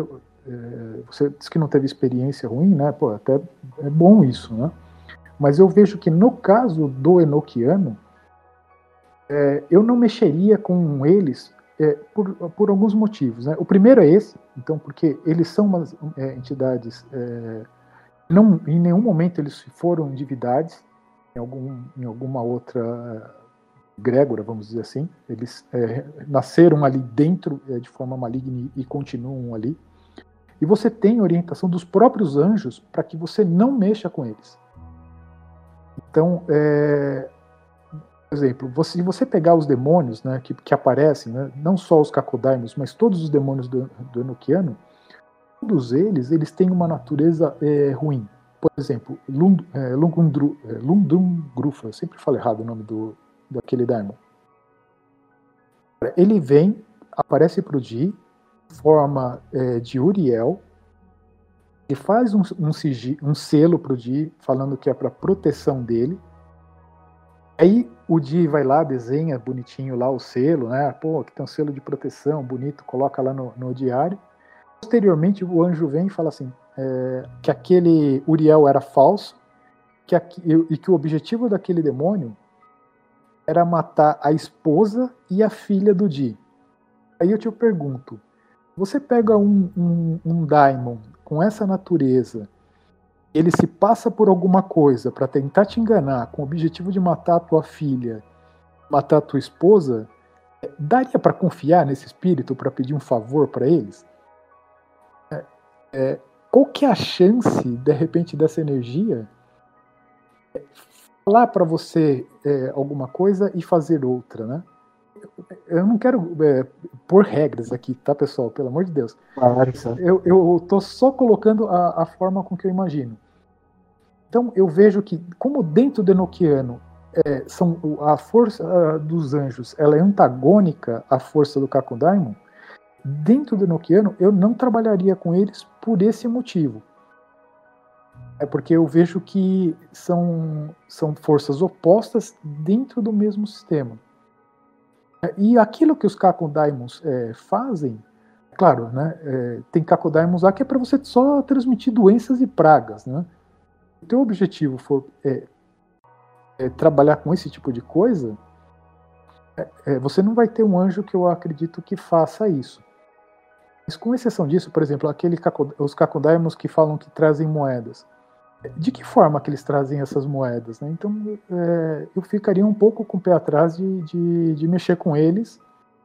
Você disse que não teve experiência ruim, né? Pô, até é bom isso, né? Mas eu vejo que no caso do Enoquiano, eu não mexeria com eles por alguns motivos, né? O primeiro é esse, então, porque eles são umas entidades, em nenhum momento eles foram divindades, em alguma outra egrégora, vamos dizer assim. Eles nasceram ali dentro de forma maligna e continuam ali. E você tem orientação dos próprios anjos para que você não mexa com eles. Então, por exemplo, se você pegar os demônios, né, que aparecem, né, não só os Kakodaimos, mas todos os demônios do Enochiano, todos eles têm uma natureza ruim. Por exemplo, Lundungrufa, eu sempre falo errado o nome daquele Daimon. Ele vem, aparece para o Di, forma de Uriel, e faz um selo para o Di, falando que é para proteção dele. Aí o Di vai lá, desenha bonitinho lá o selo, né? Pô, aqui tem um selo de proteção, bonito, coloca lá no diário. Posteriormente, o anjo vem e fala assim, que aquele Uriel era falso, e que o objetivo daquele demônio era matar a esposa e a filha do Di. Aí eu te pergunto, você pega um Daimon com essa natureza, ele se passa por alguma coisa para tentar te enganar com o objetivo de matar a tua filha, matar a tua esposa, daria para confiar nesse espírito para pedir um favor para eles? Qual que é a chance, de repente, dessa energia falar para você alguma coisa e fazer outra, né? Eu não quero pôr regras aqui, tá, pessoal? Pelo amor de Deus. Claro. Eu tô só colocando a forma com que eu imagino. Então, eu vejo que, como dentro do Enochiano, a força dos anjos ela é antagônica à força do Kakodaimon, dentro do Enochiano, eu não trabalharia com eles por esse motivo. É porque eu vejo que são forças opostas dentro do mesmo sistema. E aquilo que os Kakodaimons fazem, claro, né, tem Kakodaimons lá que é para você só transmitir doenças e pragas, né? Se o teu objetivo for trabalhar com esse tipo de coisa, você não vai ter um anjo que eu acredito que faça isso. Mas com exceção disso, por exemplo, os Kakodaimons que falam que trazem moedas. De que forma que eles trazem essas moedas, né? Então, eu ficaria um pouco com o pé atrás de mexer com eles,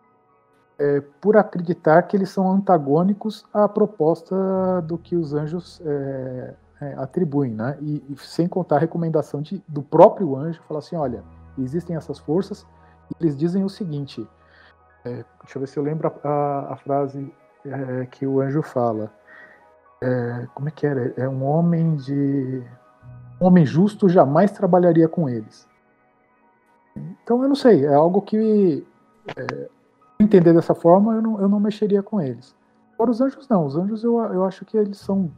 por acreditar que eles são antagônicos à proposta do que os anjos atribuem, né? E sem contar a recomendação do próprio anjo, falar assim, olha, existem essas forças, e eles dizem o seguinte, deixa eu ver se eu lembro a frase que o anjo fala. Como é que era? Um homem justo jamais trabalharia com eles. Então eu não sei, é algo que entender dessa forma eu não mexeria com eles. Agora os anjos não, os anjos eu acho que eles são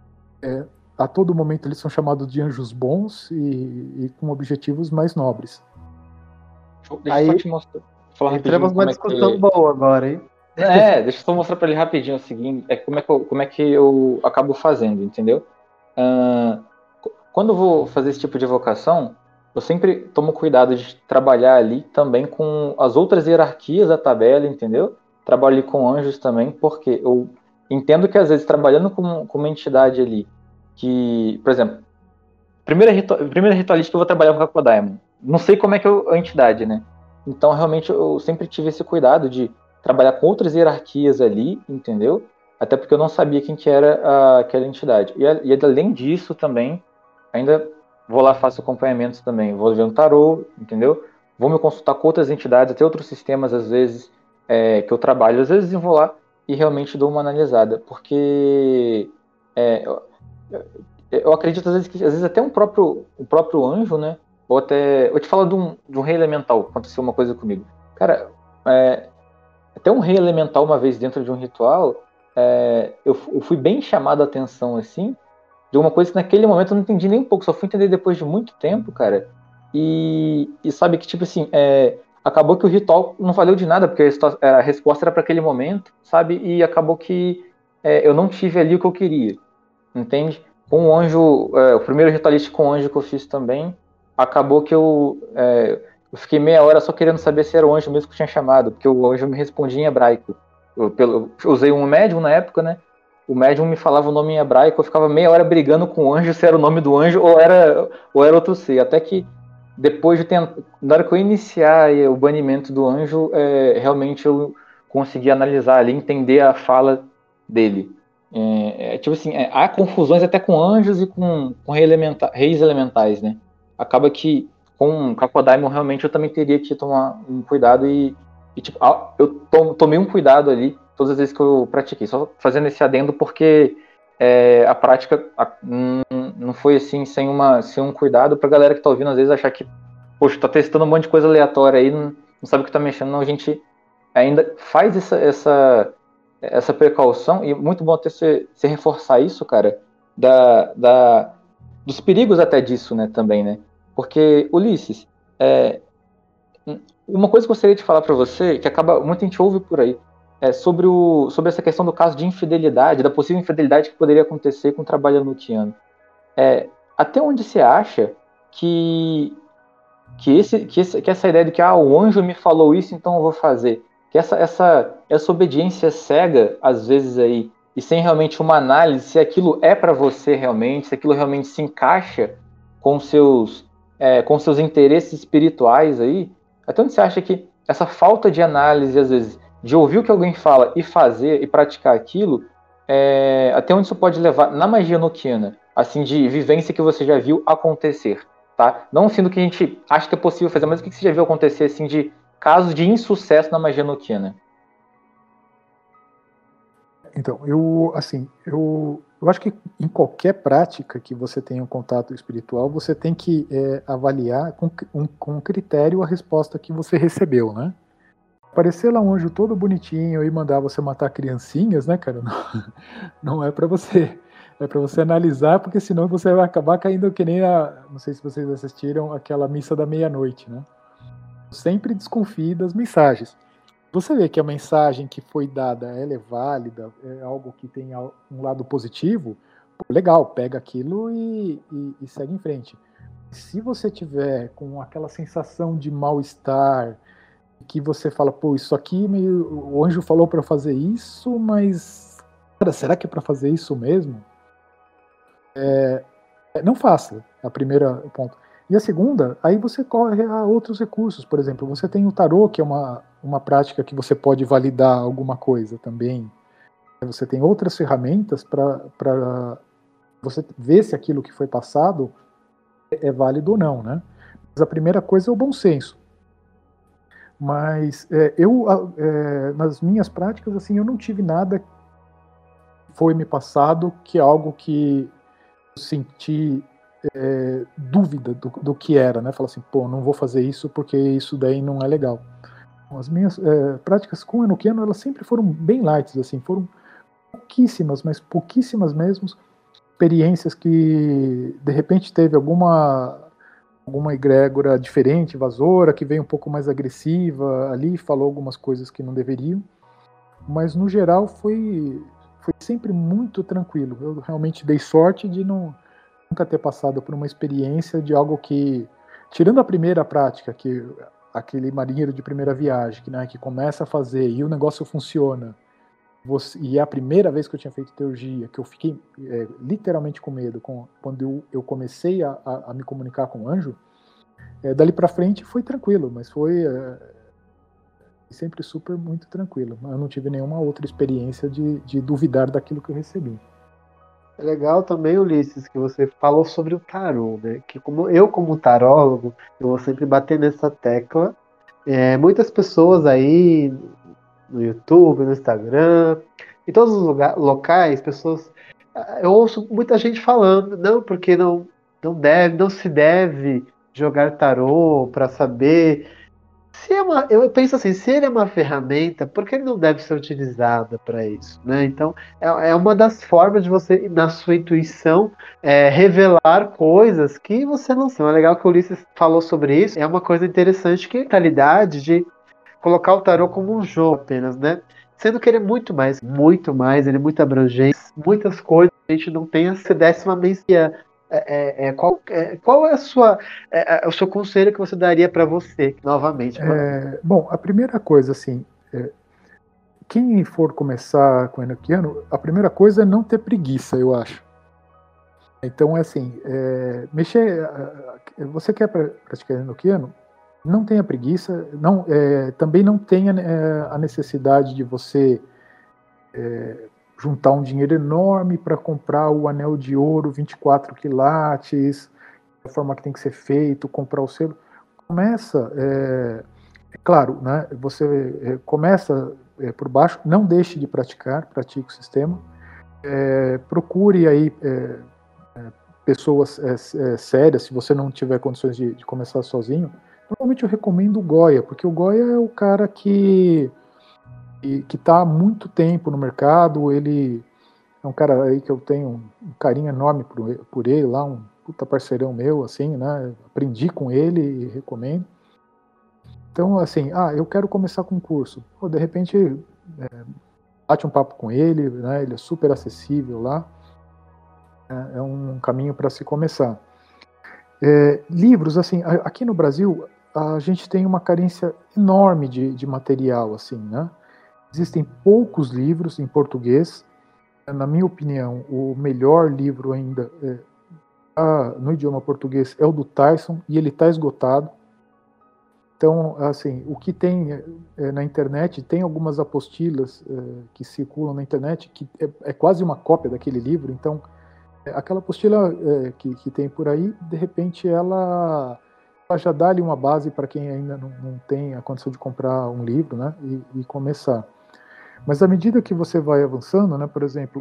a todo momento eles são chamados de anjos bons e com objetivos mais nobres. Deixa eu só te mostrar. Falar rapidinho. Entramos numa discussão boa agora, hein? Deixa eu só mostrar pra ele rapidinho o seguinte, como é que eu acabo fazendo, entendeu? Quando eu vou fazer esse tipo de evocação, eu sempre tomo cuidado de trabalhar ali também com as outras hierarquias da tabela, entendeu? Trabalho ali com anjos também, porque eu entendo que às vezes trabalhando com uma entidade ali, que, por exemplo, primeira ritualística eu vou trabalhar com Kakodaimon. Não sei como é que é a entidade, né? Então realmente eu sempre tive esse cuidado de trabalhar com outras hierarquias ali, entendeu? Até porque eu não sabia quem que era aquela entidade. E além disso também, ainda vou lá, faço acompanhamentos também. Vou ver um tarô, entendeu? Vou me consultar com outras entidades, até outros sistemas, às vezes, que eu trabalho. Às vezes eu vou lá e realmente dou uma analisada. Porque eu acredito, às vezes, que às vezes até o próprio anjo, né? Ou até... Eu te falo de um rei elemental, aconteceu uma coisa comigo. Cara, até um rei elemental, uma vez dentro de um ritual, eu fui bem chamado a atenção, assim, de uma coisa que naquele momento eu não entendi nem um pouco, só fui entender depois de muito tempo, cara. E sabe que, tipo assim, acabou que o ritual não valeu de nada, porque a resposta era para aquele momento, sabe? E acabou que eu não tive ali o que eu queria, entende? Com o anjo, o primeiro ritualístico com o anjo que eu fiz também, acabou que eu fiquei meia hora só querendo saber se era o anjo mesmo que tinha chamado, porque o anjo me respondia em hebraico. Eu usei um médium na época, né? O médium me falava o nome em hebraico, eu ficava meia hora brigando com o anjo se era o nome do anjo ou era outro ser. Até que depois de na hora que eu iniciar o banimento do anjo, realmente eu consegui analisar ali, entender a fala dele. Tipo assim, há confusões até com anjos e com reis elementais, né? Acaba que com Crocodile realmente eu também teria que tomar um cuidado e tipo, eu tomei um cuidado ali todas as vezes que eu pratiquei. Só fazendo esse adendo porque a prática não foi assim sem um cuidado pra galera que tá ouvindo às vezes achar que, poxa, tá testando um monte de coisa aleatória aí, não sabe o que tá mexendo. Não, a gente ainda faz essa precaução, e muito bom até você reforçar isso, cara, dos perigos até disso, né, também, né? Porque, Ulisses, uma coisa que eu gostaria de falar para você, que acaba muita gente ouve por aí, sobre essa questão do caso de infidelidade, da possível infidelidade que poderia acontecer com o trabalho anoquiano. Até onde você acha que essa ideia de que o anjo me falou isso, então eu vou fazer, que essa obediência cega, às vezes aí, e sem realmente uma análise se aquilo é para você realmente, se aquilo realmente se encaixa com com seus interesses espirituais aí, até onde você acha que essa falta de análise, às vezes, de ouvir o que alguém fala e fazer e praticar aquilo, até onde isso pode levar na magia noquiana, assim, de vivência que você já viu acontecer? Tá? Não sendo que a gente acha que é possível fazer, mas o que você já viu acontecer assim de casos de insucesso na magia noquiana? Então, eu acho que em qualquer prática que você tenha um contato espiritual, você tem que avaliar com critério a resposta que você recebeu, né? Aparecer lá um anjo todo bonitinho e mandar você matar criancinhas, né, cara? Não é para você. É para você analisar, porque senão você vai acabar caindo que nem não sei se vocês assistiram aquela missa da meia-noite, né? Sempre desconfie das mensagens. Você vê que a mensagem que foi dada ela é válida, é algo que tem um lado positivo, legal, pega aquilo e segue em frente. Se você tiver com aquela sensação de mal-estar, que você fala, pô, isso aqui o anjo falou para eu fazer isso, mas cara, será que é para fazer isso mesmo? Não faça, a primeira ponto. E a segunda, aí você corre a outros recursos. Por exemplo, você tem o tarô, que é uma prática que você pode validar alguma coisa também. Você tem outras ferramentas para você ver se aquilo que foi passado é válido ou não, né? Mas a primeira coisa é o bom senso. Mas nas minhas práticas, assim, eu não tive nada que foi me passado que é algo que eu senti dúvida do que era, né? Falar assim, pô, não vou fazer isso porque isso daí não é legal. As minhas práticas com enoquiano, elas sempre foram bem light, assim, foram pouquíssimas, mas pouquíssimas mesmo, experiências que de repente teve alguma egrégora diferente, invasora, que veio um pouco mais agressiva ali, falou algumas coisas que não deveriam, mas no geral foi sempre muito tranquilo. Eu realmente dei sorte de nunca ter passado por uma experiência de algo que, tirando a primeira prática, que aquele marinheiro de primeira viagem, que começa a fazer e o negócio funciona, e é a primeira vez que eu tinha feito teurgia, que eu fiquei literalmente com medo quando eu comecei a me comunicar com o anjo, dali para frente foi tranquilo, mas foi sempre super muito tranquilo. Eu não tive nenhuma outra experiência de duvidar daquilo que eu recebi. É legal também, Ulisses, que você falou sobre o tarô, né? Que como tarólogo, eu vou sempre bater nessa tecla. Muitas pessoas aí no YouTube, no Instagram, em todos os locais, eu ouço muita gente falando, não, porque não se deve jogar tarô para saber. Eu penso assim, se ele é uma ferramenta, por que ele não deve ser utilizada para isso, né? Então, é uma das formas de você, na sua intuição, revelar coisas que você não sabe. É legal que o Ulisses falou sobre isso. É uma coisa interessante que a mentalidade de colocar o tarô como um jogo apenas, né? Sendo que ele é muito mais, ele é muito abrangente, muitas coisas a gente não tem essa 10ª mensia. Qual é o seu conselho que você daria para você, novamente? Bom, a primeira coisa, assim, quem for começar com enoquiano, a primeira coisa é não ter preguiça, eu acho. Então, é assim, você quer praticar enoquiano? Não tenha preguiça, também não tenha a necessidade de você juntar um dinheiro enorme para comprar o anel de ouro 24 quilates, da forma que tem que ser feito, comprar o selo. Começa, claro, né, você começa por baixo, não deixe de praticar, pratique o sistema, procure aí pessoas sérias, se você não tiver condições de começar sozinho. Normalmente eu recomendo o Goya, porque o Goya é o cara que está há muito tempo no mercado, ele é um cara aí que eu tenho um carinho enorme por ele, lá um puta parceirão meu, assim, né, aprendi com ele e recomendo. Então, assim, eu quero começar com um curso. Pô, de repente, bate um papo com ele, né, ele é super acessível lá, é um caminho para se começar. Livros, assim, aqui no Brasil, a gente tem uma carência enorme de material, assim, né? Existem poucos livros em português. Na minha opinião, o melhor livro ainda no idioma português é o do Tyson, e ele está esgotado. Então, assim, o que tem na internet, tem algumas apostilas que circulam na internet, que é quase uma cópia daquele livro. Então, aquela apostila que tem por aí, de repente, ela já dá ali uma base para quem ainda não tem a condição de comprar um livro, né, e começar. Mas à medida que você vai avançando, né, por exemplo,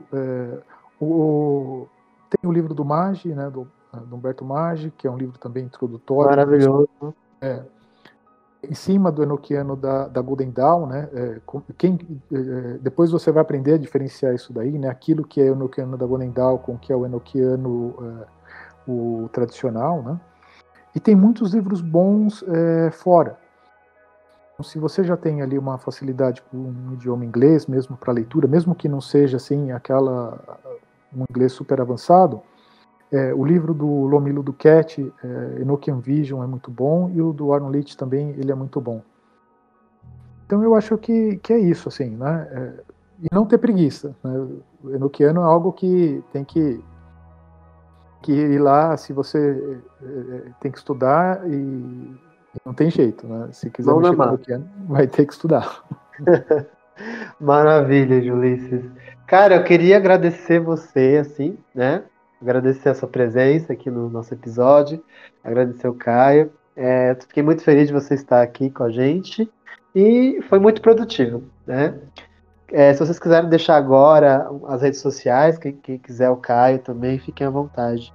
tem o livro do Maggi, né, do Humberto Maggi, que é um livro também introdutório. Maravilhoso. Em cima do enoquiano da Golden Dawn, né, depois você vai aprender a diferenciar isso daí, né, aquilo que é o enoquiano da Golden Dawn com o que é o enoquiano o tradicional, né, e tem muitos livros bons fora. Então, se você já tem ali uma facilidade com um idioma inglês, mesmo para leitura, mesmo que não seja assim um inglês super avançado, o livro do Lomilo Duquette, Enochian Vision, é muito bom, e o do Arnold Leach também, ele é muito bom. Então eu acho que é isso, assim, né? E não ter preguiça, né? O enoquiano é algo que tem que ir lá, se você tem que estudar e não tem jeito, né? Se quiser Não mexer com o enoquiano, vai ter que estudar. Maravilha, Ulisses. Cara, eu queria agradecer você, assim, né? Agradecer a sua presença aqui no nosso episódio, agradecer o Caio. Fiquei muito feliz de você estar aqui com a gente e foi muito produtivo, né? Se vocês quiserem deixar agora as redes sociais, quem quiser o Caio também, fiquem à vontade.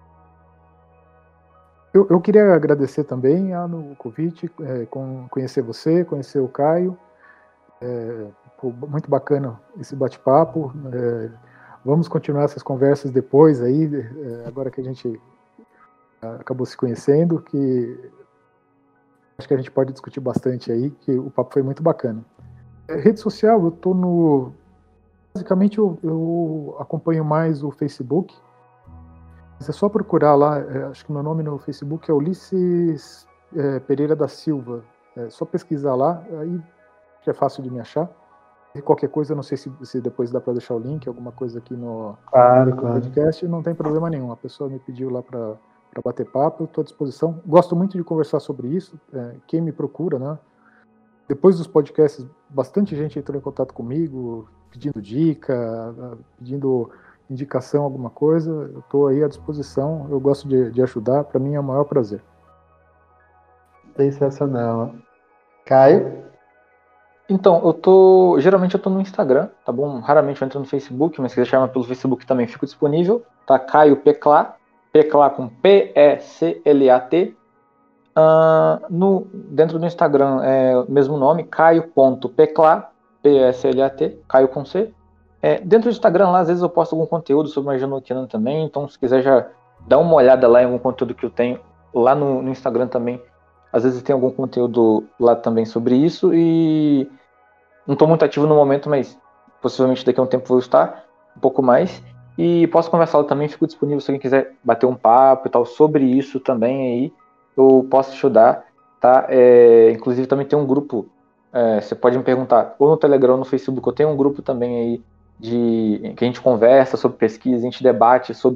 Eu queria agradecer também no convite, conhecer você, conhecer o Caio. Muito bacana esse bate-papo. Vamos continuar essas conversas depois aí, agora que a gente acabou se conhecendo, que acho que a gente pode discutir bastante aí, que o papo foi muito bacana. Rede social, eu tô basicamente eu acompanho mais o Facebook. Mas é só procurar lá, acho que meu nome no Facebook é Ulisses Pereira da Silva. É só pesquisar lá, aí é fácil de me achar. E qualquer coisa, não sei se depois dá para deixar o link, alguma coisa aqui no podcast, não tem problema nenhum. A pessoa me pediu lá para bater papo, eu estou à disposição. Gosto muito de conversar sobre isso. Quem me procura, né? Depois dos podcasts, bastante gente entrou em contato comigo, pedindo dica, pedindo indicação, alguma coisa. Eu estou aí à disposição, eu gosto de ajudar, para mim é o maior prazer. Sensacional. Caio? Então, geralmente eu tô no Instagram, tá bom? Raramente eu entro no Facebook, mas se quiser chamar pelo Facebook também fico disponível, tá? Caio Peclat, Peclat com P-E-C-L-A-T. Dentro do Instagram é o mesmo nome, caio.peclat, P-E-C-L-A-T, Caio com C. Dentro do Instagram lá, às vezes eu posto algum conteúdo sobre magia enoquiana também, então se quiser já dar uma olhada lá em algum conteúdo que eu tenho lá no Instagram também. Às vezes tem algum conteúdo lá também sobre isso e não estou muito ativo no momento, mas possivelmente daqui a um tempo vou estar um pouco mais. E posso conversar lá também, fico disponível se alguém quiser bater um papo e tal sobre isso também aí. Eu posso ajudar, tá? Inclusive também tem um grupo, você pode me perguntar, ou no Telegram ou no Facebook, eu tenho um grupo também aí que a gente conversa sobre pesquisa, a gente debate sobre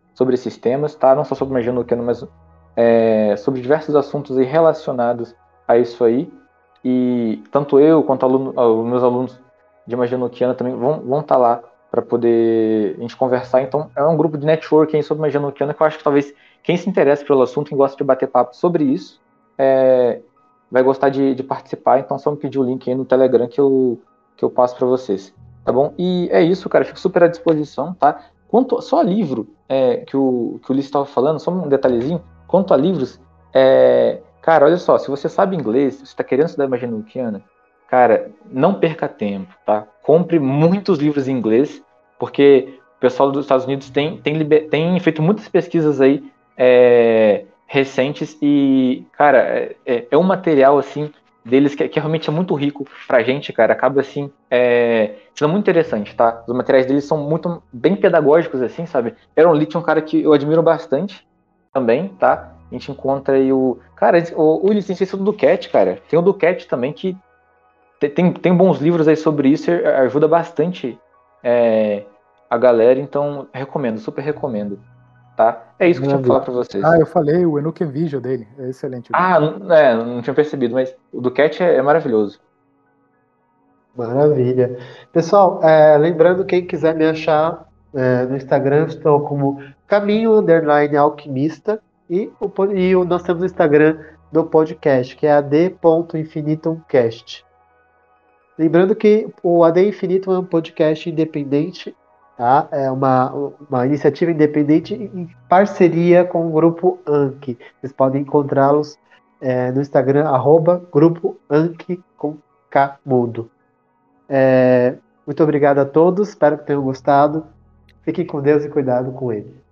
sobre esses temas, tá? Não só sobre magia noquiana, mas sobre diversos assuntos aí relacionados a isso aí. E tanto eu quanto os meus alunos de magia noquiana também vão estar lá para poder a gente conversar. Então, é um grupo de networking sobre magia noquiana que eu acho que talvez quem se interessa pelo assunto, quem gosta de bater papo sobre isso, vai gostar de participar. Então, só me pedir o link aí no Telegram que eu passo para vocês. Tá bom? E é isso, cara. Fico super à disposição, tá? Só livro que o Ulisses estava falando, só um detalhezinho. Quanto a livros, cara, olha só, se você sabe inglês, se você está querendo estudar magia noquiana, cara, não perca tempo, tá? Compre muitos livros em inglês, porque o pessoal dos Estados Unidos tem feito muitas pesquisas aí recentes e, cara, é um material, assim, deles que realmente é muito rico pra gente, cara. Acaba, assim, sendo muito interessante, tá? Os materiais deles são muito bem pedagógicos, assim, sabe? Aaron Lee é um cara que eu admiro bastante também, tá? A gente encontra aí o... Cara, o licenciado do Duquette, cara. Tem o Duquette também que tem bons livros aí sobre isso e ajuda bastante a galera, então recomendo, super recomendo, tá? É isso que eu tinha que falar pra vocês. Eu falei, o Enoch Envision dele, é excelente. Não tinha percebido, mas o Duquette é maravilhoso. Maravilha. Pessoal, lembrando, quem quiser me achar no Instagram, estou como caminho_alquimista nós temos o Instagram do podcast, que é ad.infinitumcast. Lembrando que o AD Infinitum é um podcast independente, tá? É uma iniciativa independente em parceria com o Grupo Anki. Vocês podem encontrá-los no Instagram, @Grupo Anki com K mudo. Muito obrigado a todos, espero que tenham gostado. Fiquem com Deus e cuidado com ele.